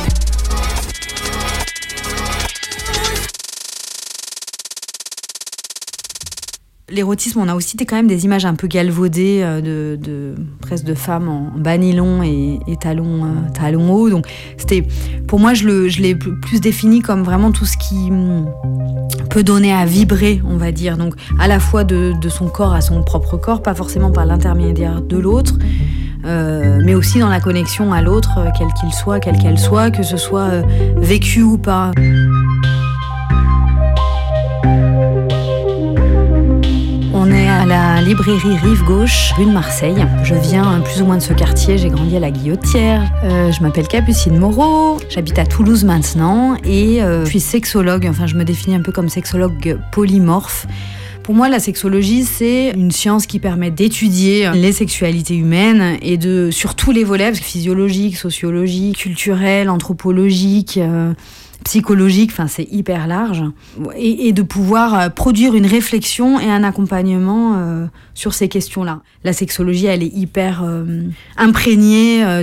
Speaker 10: L'érotisme, on a aussi quand même des images un peu galvaudées presque de femmes en bas nylon et talons hauts. Donc pour moi, je l'ai plus défini comme vraiment tout ce qui peut donner à vibrer, on va dire. Donc à la fois de son corps à son propre corps, pas forcément par l'intermédiaire de l'autre, mais aussi dans la connexion à l'autre, quel qu'il soit, quelle qu'elle soit, que ce soit vécu ou pas. On est à la librairie Rive Gauche, rue de Marseille. Je viens plus ou moins de ce quartier, j'ai grandi à la Guillotière. Je m'appelle Capucine Moreau, j'habite à Toulouse maintenant et je suis sexologue, enfin je me définis un peu comme sexologue polymorphe. Pour moi, la sexologie, c'est une science qui permet d'étudier les sexualités humaines et sur tous les volets, physiologiques, sociologiques, culturels, anthropologiques, psychologique, enfin c'est hyper large, et de pouvoir produire une réflexion et un accompagnement sur ces questions-là. La sexologie, elle est hyper imprégnée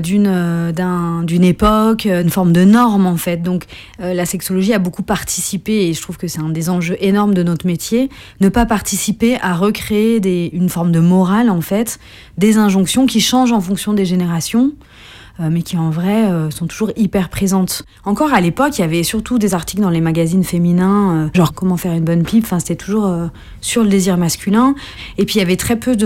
Speaker 10: d'une époque, une forme de norme en fait. Donc la sexologie a beaucoup participé, et je trouve que c'est un des enjeux énormes de notre métier, ne pas participer à recréer une forme de morale en fait, des injonctions qui changent en fonction des générations. Mais qui en vrai sont toujours hyper présentes. Encore à l'époque, il y avait surtout des articles dans les magazines féminins, genre comment faire une bonne pipe, enfin c'était toujours sur le désir masculin. Et puis il y avait très peu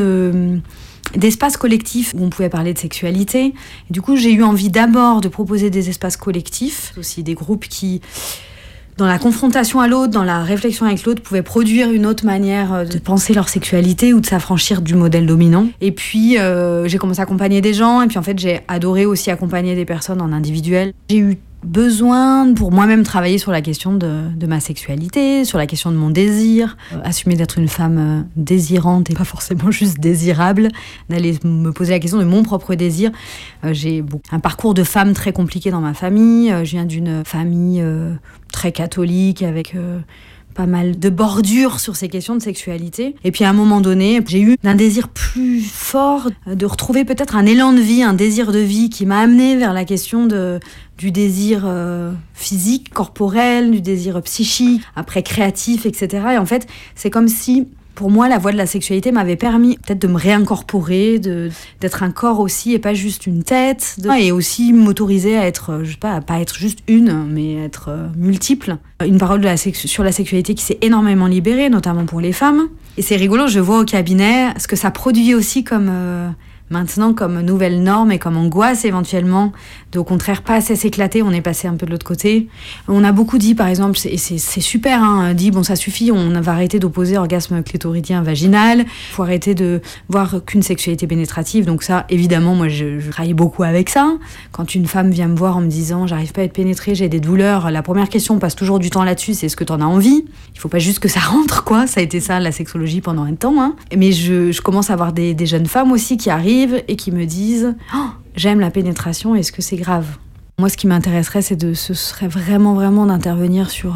Speaker 10: d'espaces collectifs où on pouvait parler de sexualité. Et du coup, j'ai eu envie d'abord de proposer des espaces collectifs, aussi des groupes qui, dans la confrontation à l'autre, dans la réflexion avec l'autre, pouvaient produire une autre manière de penser leur sexualité ou de s'affranchir du modèle dominant. Et puis, j'ai commencé à accompagner des gens, et puis en fait, j'ai adoré aussi accompagner des personnes en individuel. J'ai eu besoin pour moi-même travailler sur la question de ma sexualité, sur la question de mon désir, assumer d'être une femme désirante et pas forcément juste désirable, d'aller me poser la question de mon propre désir. J'ai un parcours de femme très compliqué dans ma famille. Je viens d'une famille très catholique avec pas mal de bordures sur ces questions de sexualité. Et puis à un moment donné, j'ai eu un désir plus fort de retrouver peut-être un élan de vie, un désir de vie qui m'a amené vers la question du désir physique, corporel, du désir psychique, après créatif, etc. Et en fait, c'est comme si, pour moi, la voie de la sexualité m'avait permis peut-être de me réincorporer, d'être un corps aussi et pas juste une tête, et aussi m'autoriser à être, je sais pas, à pas être juste une, mais être multiple. Une parole sur la sexualité qui s'est énormément libérée, notamment pour les femmes. Et c'est rigolo, je vois au cabinet ce que ça produit aussi maintenant comme nouvelle norme et comme angoisse éventuellement, au contraire pas assez s'éclater, on est passé un peu de l'autre côté. On a beaucoup dit par exemple, et c'est super, dit bon ça suffit, on va arrêter d'opposer orgasme clitoridien vaginal, faut arrêter de voir qu'une sexualité pénétrative, donc ça évidemment moi je travaille beaucoup avec ça. Quand une femme vient me voir en me disant j'arrive pas à être pénétrée, j'ai des douleurs, la première question, on passe toujours du temps là-dessus, c'est est-ce que t'en as envie ? Il faut pas juste que ça rentre quoi, ça a été ça la sexologie pendant un temps. Mais je commence à avoir des jeunes femmes aussi qui arrivent et qui me disent oh, j'aime la pénétration, est-ce que c'est grave ? Moi, ce qui m'intéresserait, ce serait vraiment d'intervenir sur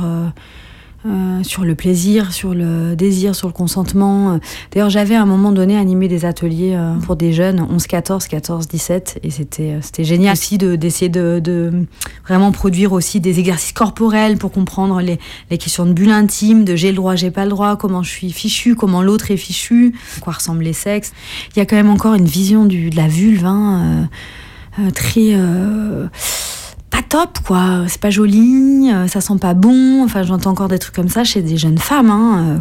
Speaker 10: le plaisir, sur le désir, sur le consentement. D'ailleurs, j'avais à un moment donné animé des ateliers pour des jeunes, 11-14, 14-17, et c'était génial aussi d'essayer de vraiment produire aussi des exercices corporels pour comprendre les questions de bulle intime, de j'ai le droit, j'ai pas le droit, comment je suis fichu, comment l'autre est fichu, à quoi ressemblent les sexes. Il y a quand même encore une vision de la vulve très... pas top, quoi. C'est pas joli, ça sent pas bon. Enfin, j'entends encore des trucs comme ça chez des jeunes femmes. Hein.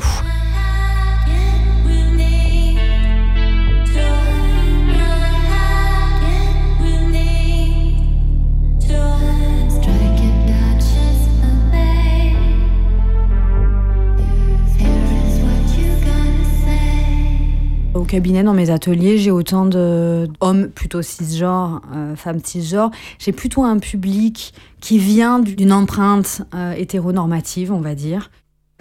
Speaker 10: Au cabinet, dans mes ateliers, j'ai autant d'hommes plutôt cisgenres, femmes cisgenres. J'ai plutôt un public qui vient d'une empreinte hétéronormative, on va dire.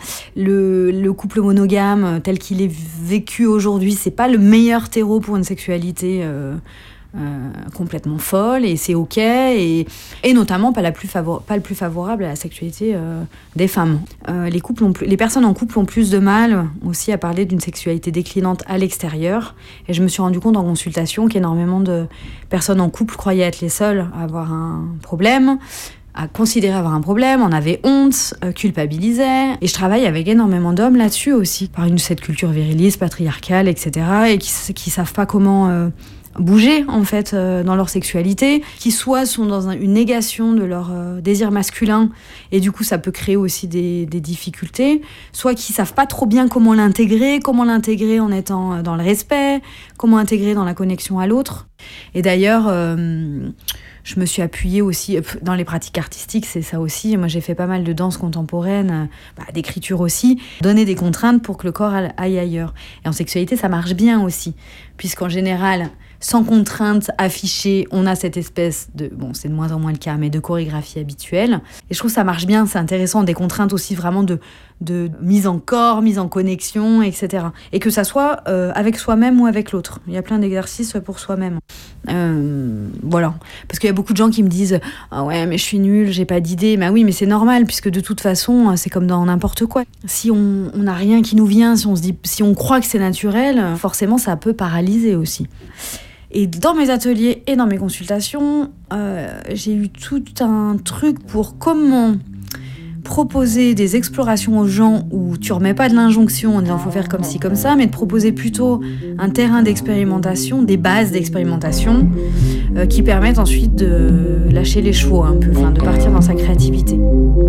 Speaker 10: Le couple monogame tel qu'il est vécu aujourd'hui, c'est pas le meilleur terreau pour une sexualité complètement folle, et c'est ok, et notamment pas le plus favorable à la sexualité des femmes. Les personnes en couple ont plus de mal aussi à parler d'une sexualité déclinante à l'extérieur, et je me suis rendu compte en consultation qu'énormément de personnes en couple croyaient être les seules à avoir un problème, à considérer avoir un problème, en avaient honte, culpabilisaient. Et je travaille avec énormément d'hommes là-dessus aussi, par cette culture viriliste, patriarcale, etc., et qui savent pas comment bouger en fait dans leur sexualité, qui soit sont dans une négation de leur désir masculin, et du coup ça peut créer aussi des difficultés, soit qui savent pas trop bien comment l'intégrer en étant dans le respect, comment intégrer dans la connexion à l'autre. Et d'ailleurs je me suis appuyée aussi dans les pratiques artistiques, c'est ça aussi. Moi, j'ai fait pas mal de danse contemporaine, d'écriture aussi. Donner des contraintes pour que le corps aille ailleurs. Et en sexualité, ça marche bien aussi. Puisqu'en général, sans contrainte affichée, on a cette espèce de... Bon, c'est de moins en moins le cas, mais de chorégraphie habituelle. Et je trouve que ça marche bien, c'est intéressant. Des contraintes aussi vraiment de mise en corps, mise en connexion, etc. Et que ça soit avec soi-même ou avec l'autre. Il y a plein d'exercices pour soi-même. Voilà. Parce qu'il y a beaucoup de gens qui me disent « Ah ouais, mais je suis nulle, j'ai pas d'idée. » Bah oui, mais c'est normal, puisque de toute façon, c'est comme dans n'importe quoi. Si on n'a rien qui nous vient, si on croit que c'est naturel, forcément, ça peut paralyser aussi. Et dans mes ateliers et dans mes consultations, j'ai eu tout un truc pour comment proposer des explorations aux gens où tu remets pas de l'injonction en disant faut faire comme ci, comme ça, mais de proposer plutôt un terrain d'expérimentation, des bases d'expérimentation qui permettent ensuite de lâcher les chevaux un peu, de partir dans sa créativité.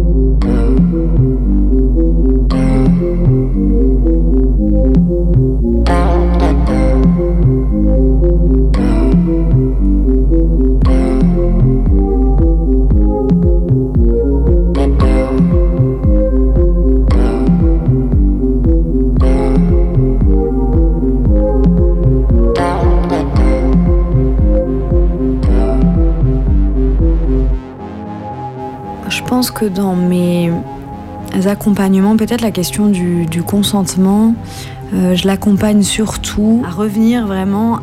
Speaker 10: Je pense que dans mes accompagnements, peut-être la question du consentement, je l'accompagne surtout à revenir vraiment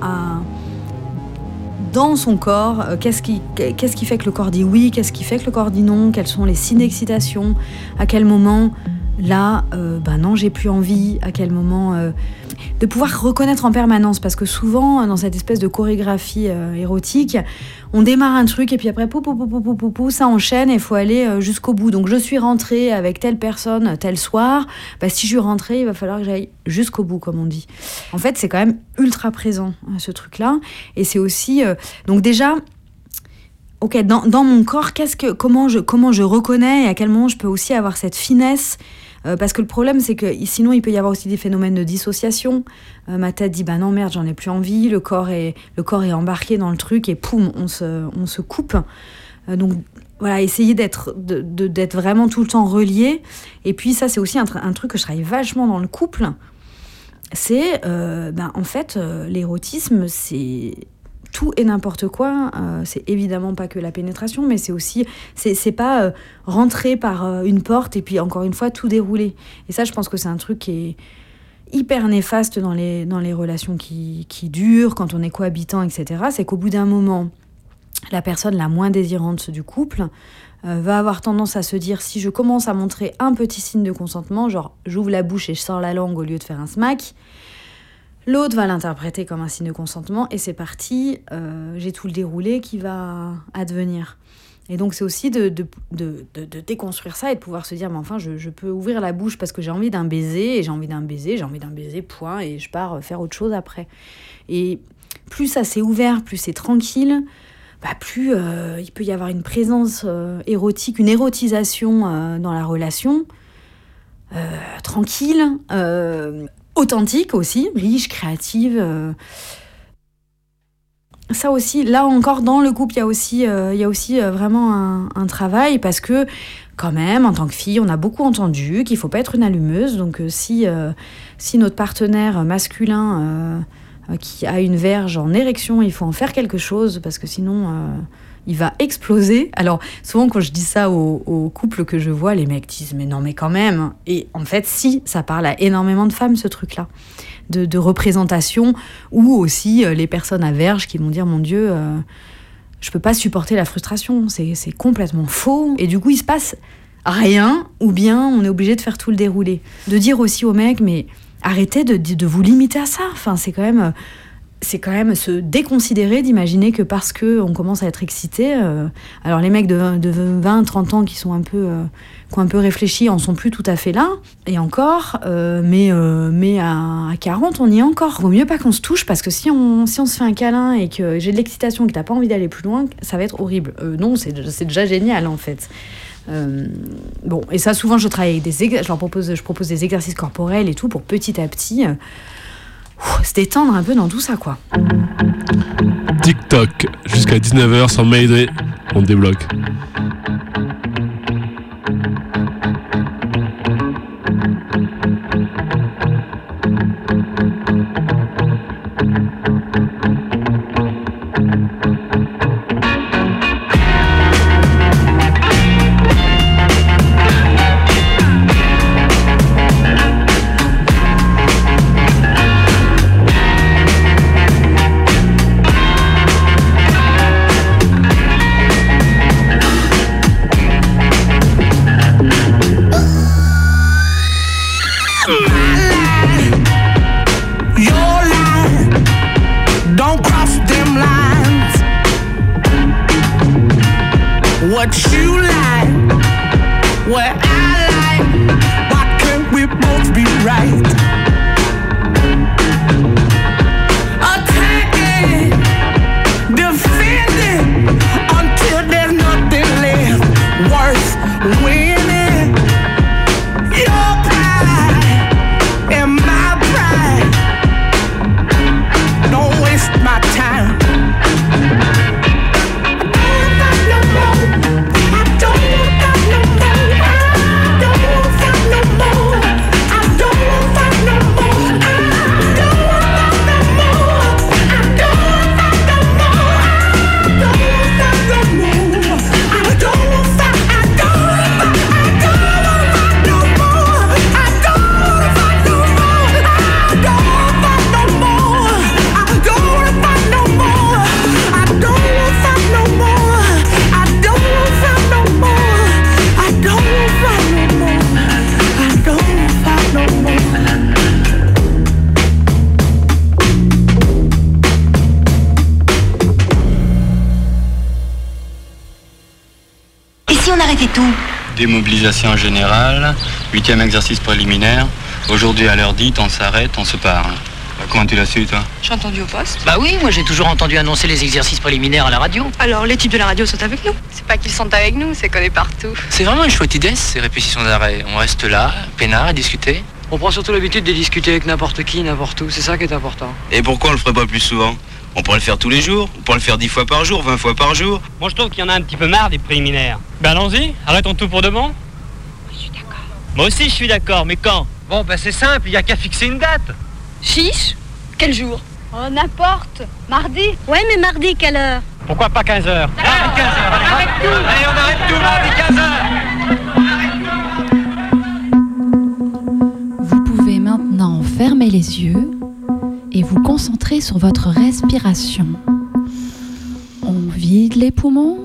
Speaker 10: dans son corps, qu'est-ce qui fait que le corps dit oui, qu'est-ce qui fait que le corps dit non, quels sont les signes d'excitation, à quel moment là, non, j'ai plus envie, à quel moment... de pouvoir reconnaître en permanence, parce que souvent, dans cette espèce de chorégraphie érotique, on démarre un truc et puis après, ça enchaîne et il faut aller jusqu'au bout. Donc je suis rentrée avec telle personne tel soir, si je suis rentrée, il va falloir que j'aille jusqu'au bout, comme on dit. En fait, c'est quand même ultra présent, ce truc-là. Et c'est aussi... donc déjà... Ok, dans mon corps, comment je reconnais et à quel moment je peux aussi avoir cette finesse, parce que le problème c'est que sinon il peut y avoir aussi des phénomènes de dissociation. Ma tête dit non merde, j'en ai plus envie, le corps est embarqué dans le truc et poum, on se coupe. Donc voilà, essayer d'être vraiment tout le temps relié. Et puis ça c'est aussi un truc que je travaille vachement dans le couple. C'est en fait l'érotisme c'est tout et n'importe quoi, c'est évidemment pas que la pénétration, mais c'est aussi, c'est pas rentrer par une porte et puis encore une fois tout dérouler. Et ça, je pense que c'est un truc qui est hyper néfaste dans les relations qui durent, quand on est cohabitant, etc. C'est qu'au bout d'un moment, la personne la moins désirante du couple va avoir tendance à se dire, si je commence à montrer un petit signe de consentement, genre j'ouvre la bouche et je sors la langue au lieu de faire un smack, l'autre va l'interpréter comme un signe de consentement et c'est parti, j'ai tout le déroulé qui va advenir. Et donc c'est aussi de déconstruire ça et de pouvoir se dire, mais enfin je peux ouvrir la bouche parce que j'ai envie d'un baiser, et j'ai envie d'un baiser, point, et je pars faire autre chose après. Et plus ça s'est ouvert, plus c'est tranquille, plus il peut y avoir une présence érotique, une érotisation dans la relation, tranquille, authentique aussi, riche, créative. Ça aussi, là encore, dans le couple, il y a aussi vraiment un travail, parce que, quand même, en tant que fille, on a beaucoup entendu qu'il ne faut pas être une allumeuse. Donc, si notre partenaire masculin qui a une verge en érection, il faut en faire quelque chose, parce que sinon, il va exploser. Alors, souvent, quand je dis ça aux couples que je vois, les mecs disent « Mais non, mais quand même !» Et en fait, si, ça parle à énormément de femmes, ce truc-là. De représentation, ou aussi les personnes à verge qui vont dire mon Dieu, je peux pas supporter la frustration, c'est complètement faux, et du coup il se passe rien, ou bien on est obligé de faire tout le déroulé. De dire aussi aux mecs, mais arrêtez de vous limiter à ça, enfin c'est quand même se déconsidérer d'imaginer que parce qu'on commence à être excité, alors les mecs de 20-30 ans qui ont un peu réfléchi en sont plus tout à fait là, et encore, mais à 40 on y est encore. Vaut mieux pas qu'on se touche, parce que si on se fait un câlin et que j'ai de l'excitation et que t'as pas envie d'aller plus loin, ça va être horrible. Non, c'est déjà génial en fait. Bon, et ça souvent je travaille avec je propose des exercices corporels et tout pour petit à petit se détendre un peu dans tout ça, quoi.
Speaker 12: TikTok, jusqu'à 19h sans Mayday, on débloque.
Speaker 11: Démobilisation générale, 8e exercice préliminaire. Aujourd'hui, à l'heure dite, on s'arrête, on se parle. Comment tu l'as su, toi?
Speaker 15: J'ai entendu au poste.
Speaker 18: Bah oui, moi j'ai toujours entendu annoncer les exercices préliminaires à la radio.
Speaker 15: Alors, les types de la radio sont avec nous. C'est pas qu'ils sont avec nous, c'est qu'on est partout.
Speaker 18: C'est vraiment une chouette idée, ces répétitions d'arrêt. On reste là, peinard, à discuter.
Speaker 19: On prend surtout l'habitude de discuter avec n'importe qui, n'importe où. C'est ça qui est important.
Speaker 11: Et pourquoi on le ferait pas plus souvent? On pourrait le faire tous les jours, on pourrait le faire 10 fois par jour, 20 fois par jour.
Speaker 19: Moi, je trouve qu'il y en a un petit peu marre des préliminaires. Ben allons-y, arrêtons tout pour de bon.
Speaker 15: Je suis d'accord.
Speaker 19: Moi aussi, je suis d'accord, mais quand? Bon, ben c'est simple, il y a qu'à fixer une date.
Speaker 15: Chiche? Quel jour?
Speaker 25: Oh, n'importe. Mardi? Ouais, mais mardi, quelle heure?
Speaker 19: Pourquoi pas 15h? Allez, 15h, allez, on arrête tout, mardi, 15h.
Speaker 6: Vous pouvez maintenant fermer les yeux et vous concentrer sur votre respiration. On vide les poumons.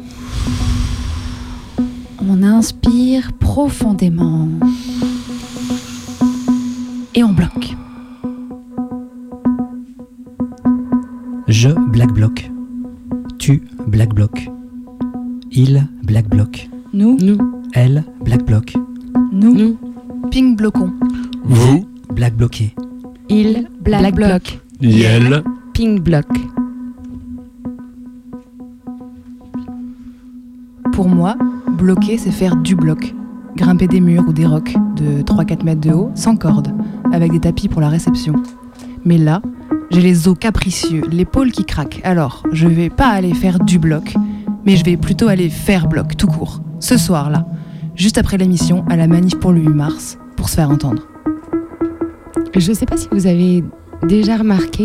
Speaker 6: On inspire profondément. Et on bloque.
Speaker 13: Je black bloc. Tu black bloc. Il black bloc.
Speaker 6: Nous.
Speaker 13: Elle black bloc.
Speaker 6: Nous. Ping bloquons.
Speaker 12: Vous
Speaker 13: black bloqué.
Speaker 6: Il black bloc.
Speaker 12: Yel
Speaker 6: Ping bloc. Pour moi, bloquer, c'est faire du bloc. Grimper des murs ou des rocs de 3-4 mètres de haut, sans corde, avec des tapis pour la réception. Mais là, j'ai les os capricieux, l'épaule qui craque. Alors, je vais pas aller faire du bloc, mais je vais plutôt aller faire bloc, tout court. Ce soir-là, juste après l'émission, à la manif pour le 8 mars, pour se faire entendre.
Speaker 1: Je sais pas si vous avez déjà remarqué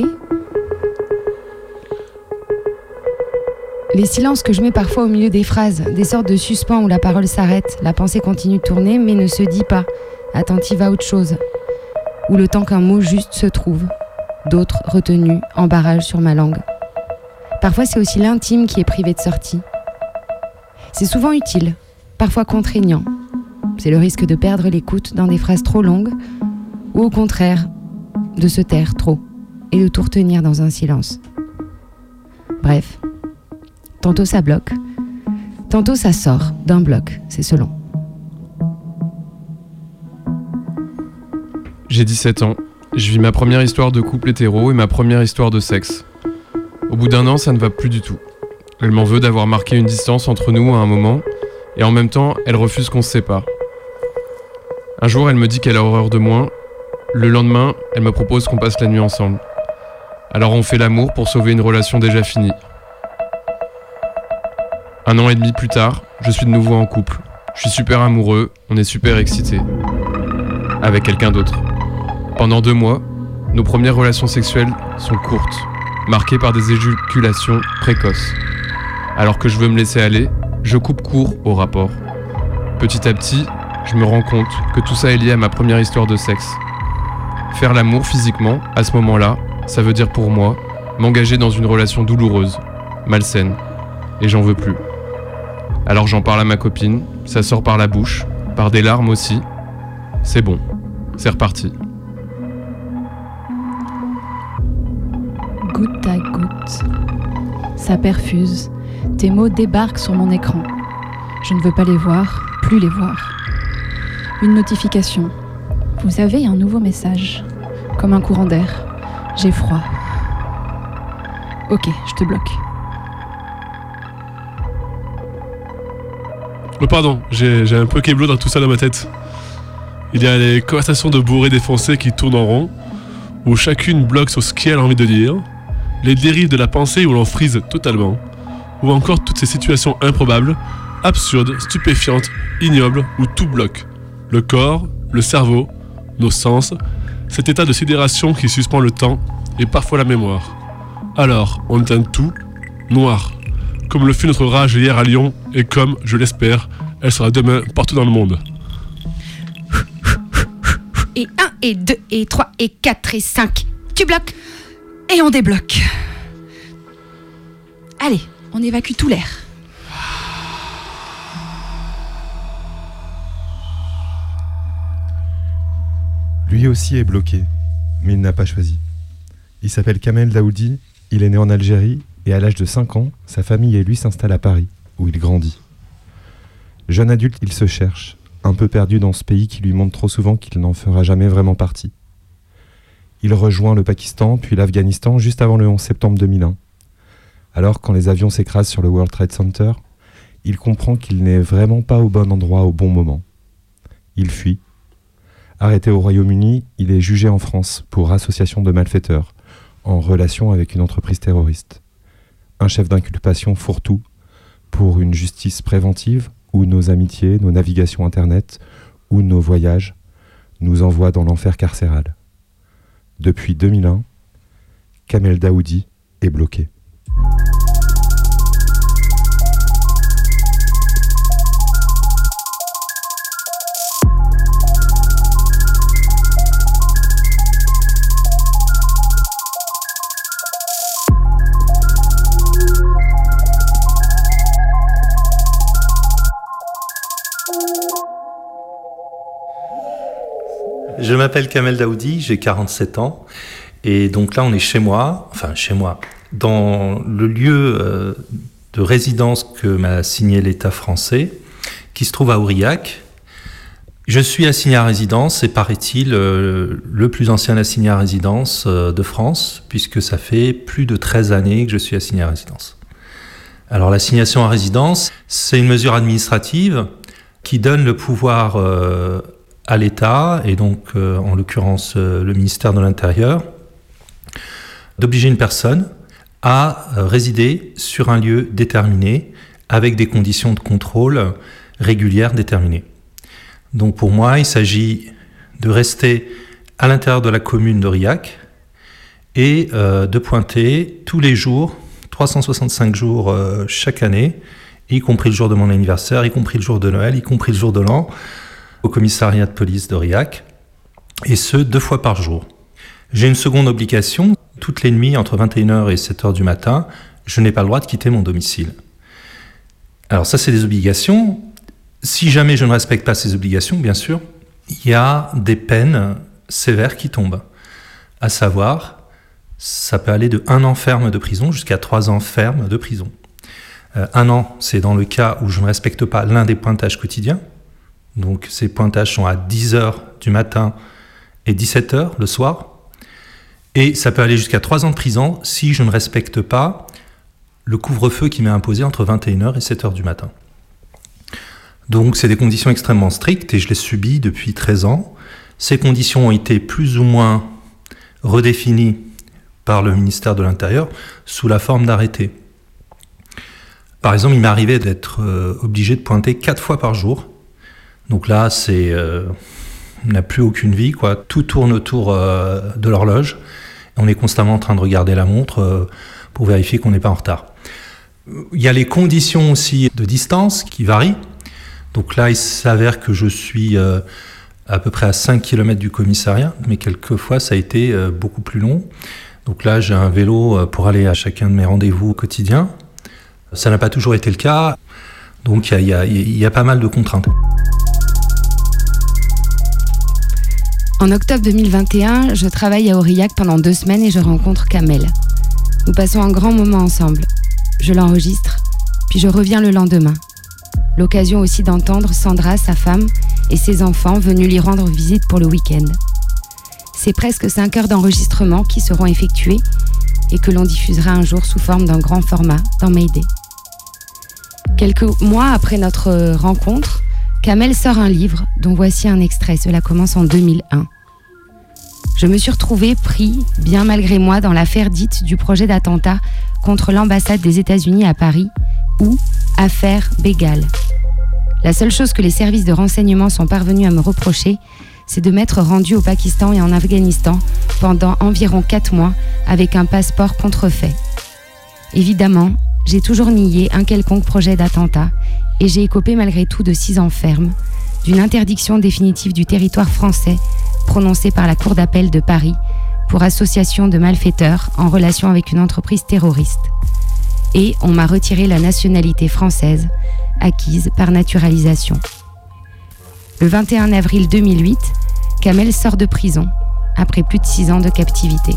Speaker 1: les silences que je mets parfois au milieu des phrases, des sortes de suspens où la parole s'arrête, la pensée continue de tourner mais ne se dit pas, attentive à autre chose, où le temps qu'un mot juste se trouve, d'autres retenus en barrage sur ma langue. Parfois c'est aussi l'intime qui est privé de sortie. C'est souvent utile, parfois contraignant. C'est le risque de perdre l'écoute dans des phrases trop longues, ou au contraire, de se taire trop, et de tout retenir dans un silence. Bref. Tantôt ça bloque, tantôt ça sort d'un bloc, c'est selon.
Speaker 4: J'ai 17 ans, je vis ma première histoire de couple hétéro et ma première histoire de sexe. Au bout d'un an, ça ne va plus du tout. Elle m'en veut d'avoir marqué une distance entre nous à un moment, et en même temps, elle refuse qu'on se sépare. Un jour, elle me dit qu'elle a horreur de moi. Le lendemain, elle me propose qu'on passe la nuit ensemble. Alors on fait l'amour pour sauver une relation déjà finie. 1 an et demi plus tard, je suis de nouveau en couple. Je suis super amoureux, on est super excités. Avec quelqu'un d'autre. Pendant 2 mois, nos premières relations sexuelles sont courtes, marquées par des éjaculations précoces. Alors que je veux me laisser aller, je coupe court au rapport. Petit à petit, je me rends compte que tout ça est lié à ma première histoire de sexe. Faire l'amour physiquement, à ce moment-là, ça veut dire pour moi, m'engager dans une relation douloureuse, malsaine. Et j'en veux plus. Alors j'en parle à ma copine, ça sort par la bouche, par des larmes aussi. C'est bon, c'est reparti.
Speaker 6: Goutte à goutte, ça perfuse. Tes mots débarquent sur mon écran. Je ne veux pas les voir, plus les voir. Une notification. Vous avez un nouveau message. Comme un courant d'air. J'ai froid. Ok, je te bloque.
Speaker 12: Oh pardon, j'ai un peu kéblo dans tout ça dans ma tête. Il y a les conversations de bourrés défoncés qui tournent en rond, où chacune bloque sur ce qu'elle a envie de dire, les dérives de la pensée où l'on frise totalement, ou encore toutes ces situations improbables, absurdes, stupéfiantes, ignobles, où tout bloque. Le corps, le cerveau, nos sens, cet état de sidération qui suspend le temps et parfois la mémoire. Alors, on éteint tout, noir. Comme le fut notre rage hier à Lyon, et comme, je l'espère, elle sera demain partout dans le monde.
Speaker 1: Et 1, et 2, et 3, et 4, et 5. Tu bloques, et on débloque.
Speaker 6: Allez, on évacue tout l'air.
Speaker 2: Lui aussi est bloqué, mais il n'a pas choisi. Il s'appelle Kamel Daoudi, il est né en Algérie, et à l'âge de 5 ans, sa famille et lui s'installent à Paris, où il grandit. Jeune adulte, il se cherche, un peu perdu dans ce pays qui lui montre trop souvent qu'il n'en fera jamais vraiment partie. Il rejoint le Pakistan, puis l'Afghanistan, juste avant le 11 septembre 2001. Alors, quand les avions s'écrasent sur le World Trade Center, il comprend qu'il n'est vraiment pas au bon endroit au bon moment. Il fuit. Arrêté au Royaume-Uni, il est jugé en France pour association de malfaiteurs, en relation avec une entreprise terroriste. Un chef d'inculpation fourre-tout pour une justice préventive où nos amitiés, nos navigations internet ou nos voyages nous envoient dans l'enfer carcéral. Depuis 2001, Kamel Daoudi est bloqué.
Speaker 5: Je m'appelle Kamel Daoudi, j'ai 47 ans et donc là on est chez moi, dans le lieu de résidence que m'a signé l'État français qui se trouve à Aurillac. Je suis assigné à résidence et paraît-il le plus ancien assigné à résidence de France puisque ça fait plus de 13 années que je suis assigné à résidence. Alors l'assignation à résidence, c'est une mesure administrative qui donne le pouvoir à l'État, et donc en l'occurrence le ministère de l'Intérieur, d'obliger une personne à résider sur un lieu déterminé avec des conditions de contrôle régulières déterminées. Donc pour moi, il s'agit de rester à l'intérieur de la commune d'Aurillac et de pointer tous les jours, 365 jours chaque année, y compris le jour de mon anniversaire, y compris le jour de Noël, y compris le jour de l'an, au commissariat de police d'Aurillac, et ce, 2 fois par jour. J'ai une seconde obligation, toutes les nuits, entre 21h et 7h du matin, je n'ai pas le droit de quitter mon domicile. Alors ça, c'est des obligations. Si jamais je ne respecte pas ces obligations, bien sûr, il y a des peines sévères qui tombent. À savoir, ça peut aller de 1 an ferme de prison jusqu'à 3 ans ferme de prison. 1 an, c'est dans le cas où je ne respecte pas l'un des pointages quotidiens. Donc ces pointages sont à 10h du matin et 17h le soir. Et ça peut aller jusqu'à 3 ans de prison si je ne respecte pas le couvre-feu qui m'est imposé entre 21h et 7h du matin. Donc c'est des conditions extrêmement strictes et je les subis depuis 13 ans. Ces conditions ont été plus ou moins redéfinies par le ministère de l'Intérieur sous la forme d'arrêtés. Par exemple, il m'est arrivé d'être obligé de pointer 4 fois par jour. Donc là, on n'a plus aucune vie, quoi. Tout tourne autour de l'horloge. On est constamment en train de regarder la montre pour vérifier qu'on n'est pas en retard. Il y a les conditions aussi de distance qui varient. Donc là, il s'avère que je suis à peu près à 5 km du commissariat, mais quelquefois ça a été beaucoup plus long. Donc là, j'ai un vélo pour aller à chacun de mes rendez-vous quotidiens. Ça n'a pas toujours été le cas, donc il y a pas mal de contraintes.
Speaker 1: En octobre 2021, je travaille à Aurillac pendant 2 semaines et je rencontre Kamel. Nous passons un grand moment ensemble. Je l'enregistre, puis je reviens le lendemain. L'occasion aussi d'entendre Sandra, sa femme, et ses enfants venus lui rendre visite pour le week-end. C'est presque 5 heures d'enregistrement qui seront effectuées et que l'on diffusera un jour sous forme d'un grand format dans Mayday. Quelques mois après notre rencontre, Kamel sort un livre dont voici un extrait. Cela commence en 2001. Je me suis retrouvée pris, bien malgré moi, dans l'affaire dite du projet d'attentat contre l'ambassade des États-Unis à Paris, ou affaire Bégal. La seule chose que les services de renseignement sont parvenus à me reprocher, c'est de m'être rendu au Pakistan et en Afghanistan pendant environ 4 mois avec un passeport contrefait. Évidemment, j'ai toujours nié un quelconque projet d'attentat et j'ai écopé malgré tout de 6 ans ferme, d'une interdiction définitive du territoire français prononcée par la Cour d'appel de Paris pour association de malfaiteurs en relation avec une entreprise terroriste. Et on m'a retiré la nationalité française, acquise par naturalisation. Le 21 avril 2008, Kamel sort de prison, après plus de 6 ans de captivité.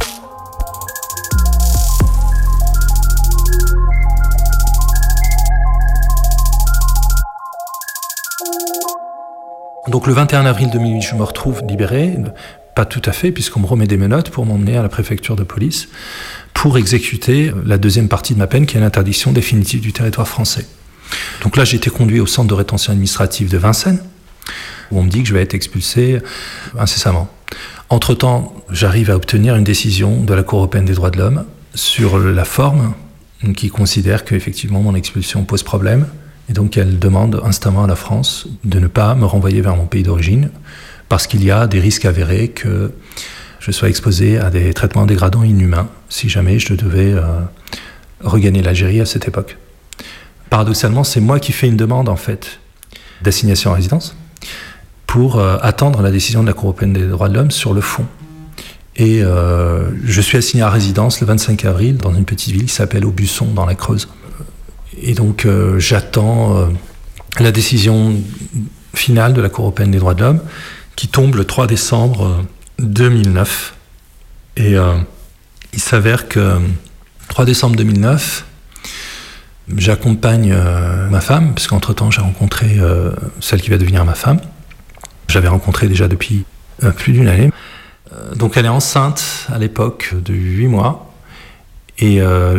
Speaker 5: Donc le 21 avril 2008, je me retrouve libéré, pas tout à fait, puisqu'on me remet des menottes pour m'emmener à la préfecture de police pour exécuter la deuxième partie de ma peine, qui est l'interdiction définitive du territoire français. Donc là, j'ai été conduit au centre de rétention administrative de Vincennes, où on me dit que je vais être expulsé incessamment. Entre-temps, j'arrive à obtenir une décision de la Cour européenne des droits de l'homme sur la forme, qui considère qu'effectivement mon expulsion pose problème. Et donc elle demande instamment à la France de ne pas me renvoyer vers mon pays d'origine parce qu'il y a des risques avérés que je sois exposé à des traitements dégradants inhumains si jamais je devais regagner l'Algérie à cette époque. Paradoxalement, c'est moi qui fais une demande en fait d'assignation à résidence pour attendre la décision de la Cour européenne des droits de l'homme sur le fond. Et je suis assigné à résidence le 25 avril dans une petite ville qui s'appelle Aubusson dans la Creuse. Et donc j'attends la décision finale de la Cour européenne des droits de l'homme qui tombe le 3 décembre 2009. Et il s'avère que 3 décembre 2009, j'accompagne ma femme, parce qu'entre-temps j'ai rencontré celle qui va devenir ma femme. J'avais rencontré déjà depuis plus d'une année. Donc elle est enceinte à l'époque de 8 mois. Et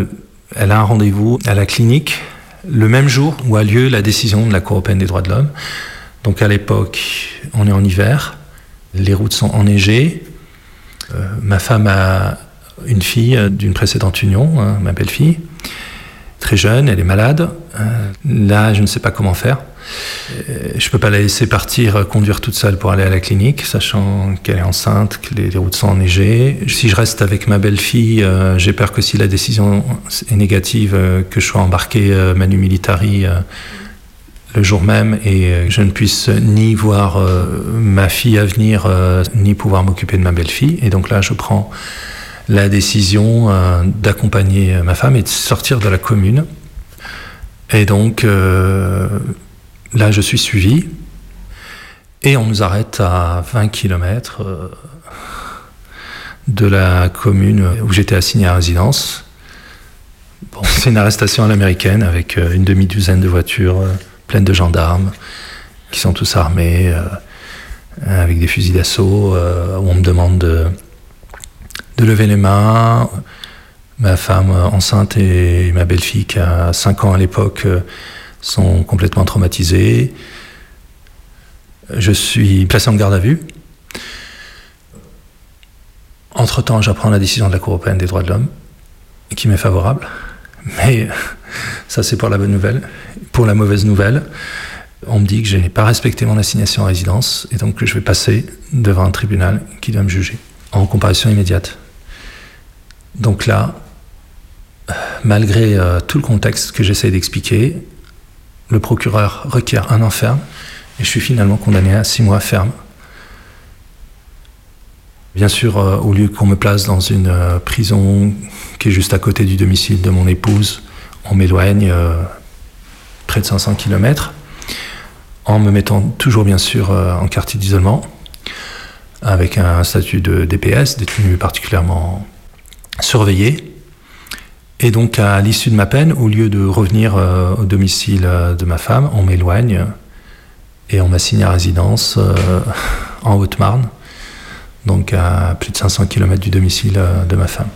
Speaker 5: Elle a un rendez-vous à la clinique le même jour où a lieu la décision de la Cour européenne des droits de l'homme. Donc à l'époque, on est en hiver, les routes sont enneigées. Ma femme a une fille d'une précédente union, hein, ma belle-fille, très jeune, elle est malade. Là, je ne sais pas comment faire. Je ne peux pas la laisser partir, conduire toute seule pour aller à la clinique, sachant qu'elle est enceinte, que les routes sont enneigées. Si je reste avec ma belle-fille, j'ai peur que si la décision est négative, que je sois embarqué manu militari le jour même et je ne puisse ni voir ma fille à venir, ni pouvoir m'occuper de ma belle-fille. Et donc là, je prends la décision d'accompagner ma femme et de sortir de la commune. Et donc là, je suis suivi et on nous arrête à 20 km de la commune où j'étais assigné à résidence. Bon, c'est une arrestation à l'américaine avec une demi-douzaine de voitures pleines de gendarmes qui sont tous armés avec des fusils d'assaut où on me demande de lever les mains. Ma femme enceinte et ma belle-fille qui a 5 ans à l'époque sont complètement traumatisées. Je suis placé en garde à vue. Entre-temps, j'apprends la décision de la Cour européenne des droits de l'homme, qui m'est favorable. Mais ça, c'est pour la bonne nouvelle. Pour la mauvaise nouvelle, on me dit que je n'ai pas respecté mon assignation à résidence et donc que je vais passer devant un tribunal qui doit me juger en comparution immédiate. Donc là, malgré tout le contexte que j'essaie d'expliquer, le procureur requiert un an ferme et je suis finalement condamné à 6 mois ferme. Bien sûr, au lieu qu'on me place dans une prison qui est juste à côté du domicile de mon épouse, on m'éloigne près de 500 km, en me mettant toujours bien sûr en quartier d'isolement, avec un statut de DPS, détenu particulièrement surveillé. Et donc, à l'issue de ma peine, au lieu de revenir au domicile de ma femme, on m'éloigne et on m'assigne à résidence en Haute-Marne, donc à plus de 500 km du domicile de ma femme.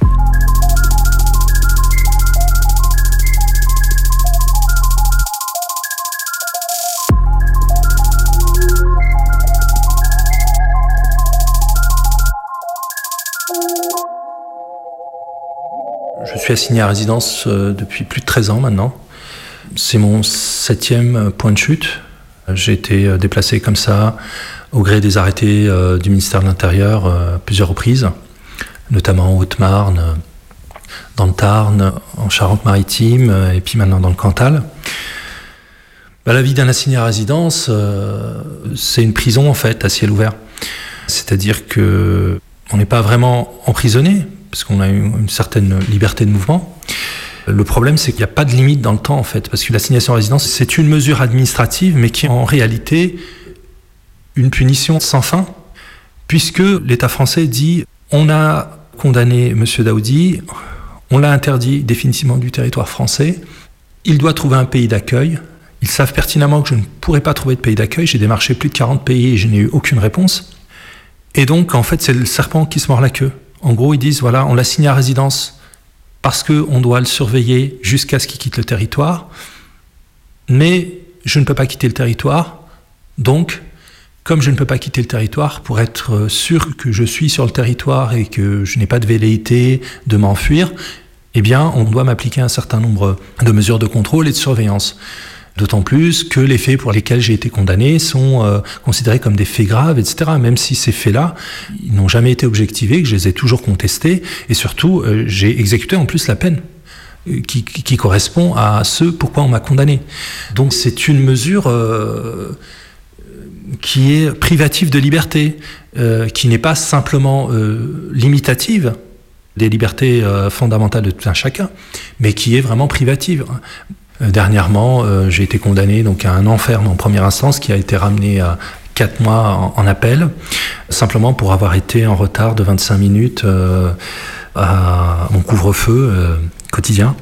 Speaker 5: Je suis assigné à résidence depuis plus de 13 ans maintenant. C'est mon 7e point de chute. J'ai été déplacé comme ça au gré des arrêtés du ministère de l'Intérieur à plusieurs reprises, notamment en Haute-Marne, dans le Tarn, en Charente-Maritime et puis maintenant dans le Cantal. La vie d'un assigné à résidence, c'est une prison en fait à ciel ouvert. C'est-à-dire que on n'est pas vraiment emprisonné, parce qu'on a une certaine liberté de mouvement. Le problème, c'est qu'il n'y a pas de limite dans le temps, en fait, parce que l'assignation à résidence, c'est une mesure administrative, mais qui est en réalité une punition sans fin, puisque l'État français dit « on a condamné M. Daoudi, on l'a interdit définitivement du territoire français, il doit trouver un pays d'accueil. Ils savent pertinemment que je ne pourrai pas trouver de pays d'accueil, j'ai démarché plus de 40 pays et je n'ai eu aucune réponse. Et donc, en fait, c'est le serpent qui se mord la queue. En gros, ils disent, voilà, on l'a signé à résidence parce qu'on doit le surveiller jusqu'à ce qu'il quitte le territoire, mais je ne peux pas quitter le territoire, donc, comme je ne peux pas quitter le territoire, pour être sûr que je suis sur le territoire et que je n'ai pas de velléité de m'enfuir, eh bien, on doit m'appliquer un certain nombre de mesures de contrôle et de surveillance. D'autant plus que les faits pour lesquels j'ai été condamné sont considérés comme des faits graves, etc. Même si ces faits-là, ils n'ont jamais été objectivés, que je les ai toujours contestés, et surtout, j'ai exécuté en plus la peine qui correspond à ce pourquoi on m'a condamné. Donc c'est une mesure qui est privative de liberté, qui n'est pas simplement limitative des libertés fondamentales de tout un chacun, mais qui est vraiment privative. Dernièrement, j'ai été condamné donc, à un an ferme en première instance qui a été ramené à 4 mois en appel, simplement pour avoir été en retard de 25 minutes à mon couvre-feu quotidien.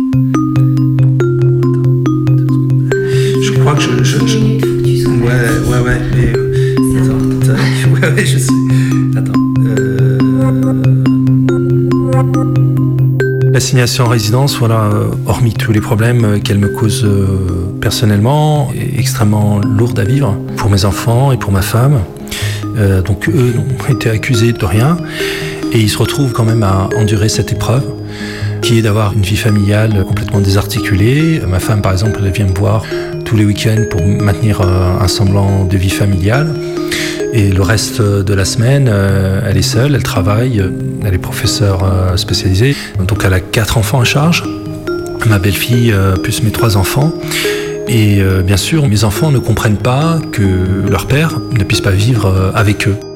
Speaker 5: Je crois que Ouais, mais... Attends, ouais, je sais. Attends. L'assignation en résidence, voilà, hormis tous les problèmes qu'elle me cause personnellement, est extrêmement lourde à vivre pour mes enfants et pour ma femme. Donc eux ont été accusés de rien et ils se retrouvent quand même à endurer cette épreuve qui est d'avoir une vie familiale complètement désarticulée. Ma femme, par exemple, elle vient me voir tous les week-ends pour maintenir un semblant de vie familiale. Et le reste de la semaine, elle est seule, elle travaille, elle est professeure spécialisée. Donc elle a 4 enfants à charge, ma belle-fille plus mes 3 enfants. Et bien sûr, mes enfants ne comprennent pas que leur père ne puisse pas vivre avec eux.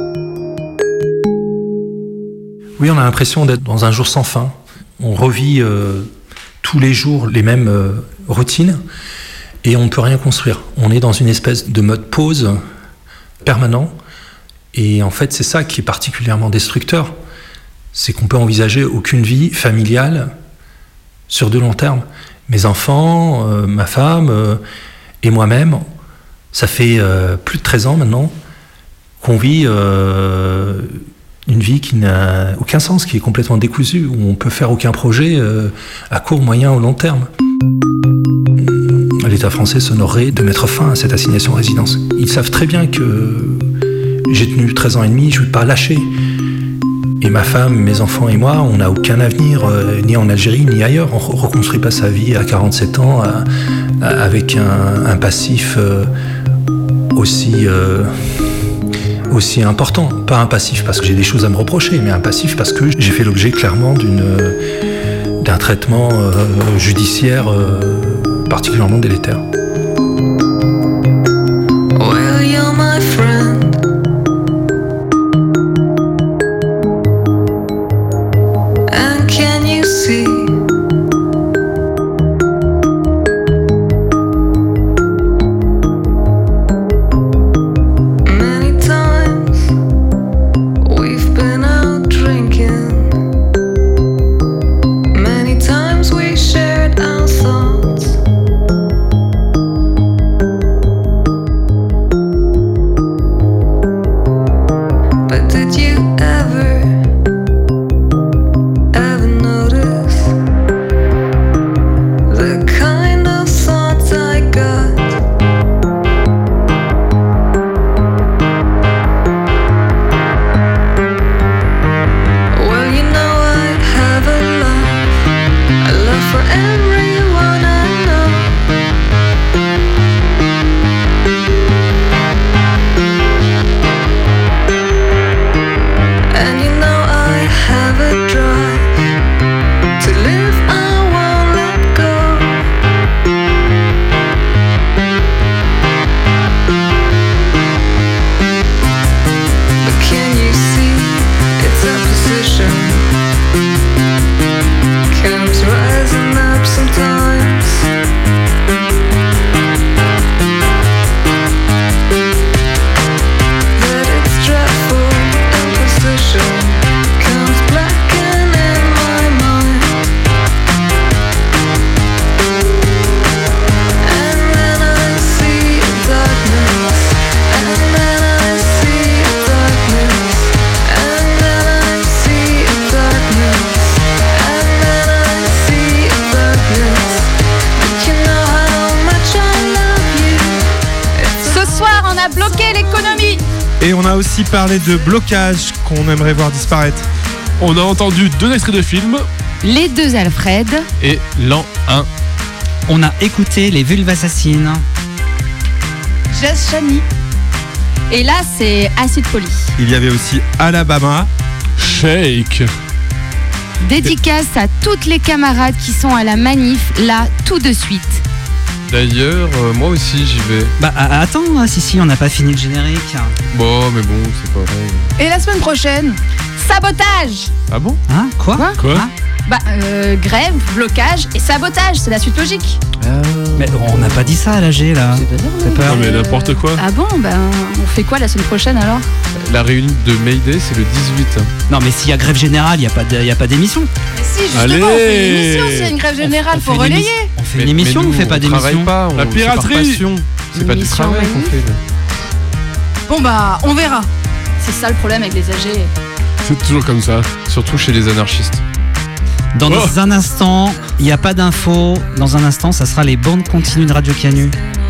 Speaker 5: Oui, on a l'impression d'être dans un jour sans fin. On revit tous les jours les mêmes routines et on ne peut rien construire. On est dans une espèce de mode pause permanent et en fait c'est ça qui est particulièrement destructeur, c'est qu'on peut envisager aucune vie familiale sur de long terme. Mes enfants, ma femme et moi-même, ça fait plus de 13 ans maintenant qu'on vit une vie qui n'a aucun sens, qui est complètement décousue, où on peut faire aucun projet à court, moyen ou long terme. L'État français s'honorerait de mettre fin à cette assignation en résidence. Ils savent très bien que j'ai tenu 13 ans et demi, je ne vais pas lâcher. Et ma femme, mes enfants et moi, on n'a aucun avenir, ni en Algérie, ni ailleurs. On ne reconstruit pas sa vie à 47 ans avec un passif aussi important. Pas un passif parce que j'ai des choses à me reprocher, mais un passif parce que j'ai fait l'objet clairement d'un traitement judiciaire particulièrement délétère.
Speaker 16: Well, you're my friend. And can you see? Many times we've been out drinking. Many times we shared our thoughts. But did you ever notice the kind of thoughts I got? Well, you know I have a love for everyone I know. And you know I have a drive to live, I won't let go. But can you see its opposition comes rising up sometimes? That it's dreadful imposition comes blackened in my mind. And then I see darkness. And then I see darkness. And then I see darkness. And then I see darkness. But you know how much I love you.
Speaker 14: Ce soir, on a bloqué l'économie.
Speaker 2: Et on a aussi parlé de blocage qu'on aimerait voir disparaître.
Speaker 12: On a entendu 2 extraits de films.
Speaker 1: Les 2 Alfred.
Speaker 4: Et l'an 1.
Speaker 13: On a écouté les vulves assassines.
Speaker 14: Jazz Chani. Et là, c'est Acide Poli.
Speaker 2: Il y avait aussi Alabama.
Speaker 12: Shake.
Speaker 1: Dédicace à toutes les camarades qui sont à la manif, là, tout de suite.
Speaker 4: D'ailleurs, moi aussi j'y vais.
Speaker 13: Bah attends, si, on n'a pas fini le générique.
Speaker 4: Bon, mais bon, c'est pas vrai.
Speaker 14: Et la semaine prochaine, sabotage.
Speaker 4: Ah bon?
Speaker 13: Hein? Quoi?
Speaker 12: Quoi?
Speaker 14: Bah, grève, blocage et sabotage, c'est la suite logique.
Speaker 13: Mais on n'a pas dit ça à l'AG là. C'est peur.
Speaker 12: Non mais n'importe quoi.
Speaker 14: Ah bon? Bah, on fait quoi la semaine prochaine alors?
Speaker 4: La réunion de Mayday, c'est le 18.
Speaker 13: Non mais s'il y a grève générale, il n'y a pas d'émission.
Speaker 14: Mais si, justement,
Speaker 12: Allez.
Speaker 14: on fait une émission, c'est une grève générale, faut relayer.
Speaker 13: On fait une émission,
Speaker 4: nous,
Speaker 13: on fait pas d'émission.
Speaker 4: travaille pas,
Speaker 12: La piraterie.
Speaker 4: C'est pas du
Speaker 1: Émission
Speaker 4: travail qu'on
Speaker 1: manif.
Speaker 4: fait.
Speaker 14: Bon bah, on verra. C'est ça le problème avec les AG.
Speaker 12: C'est toujours comme ça.
Speaker 4: Surtout chez les anarchistes.
Speaker 13: Dans un instant, il n'y a pas d'infos. Dans un instant, ça sera les bandes continues de Radio Canu.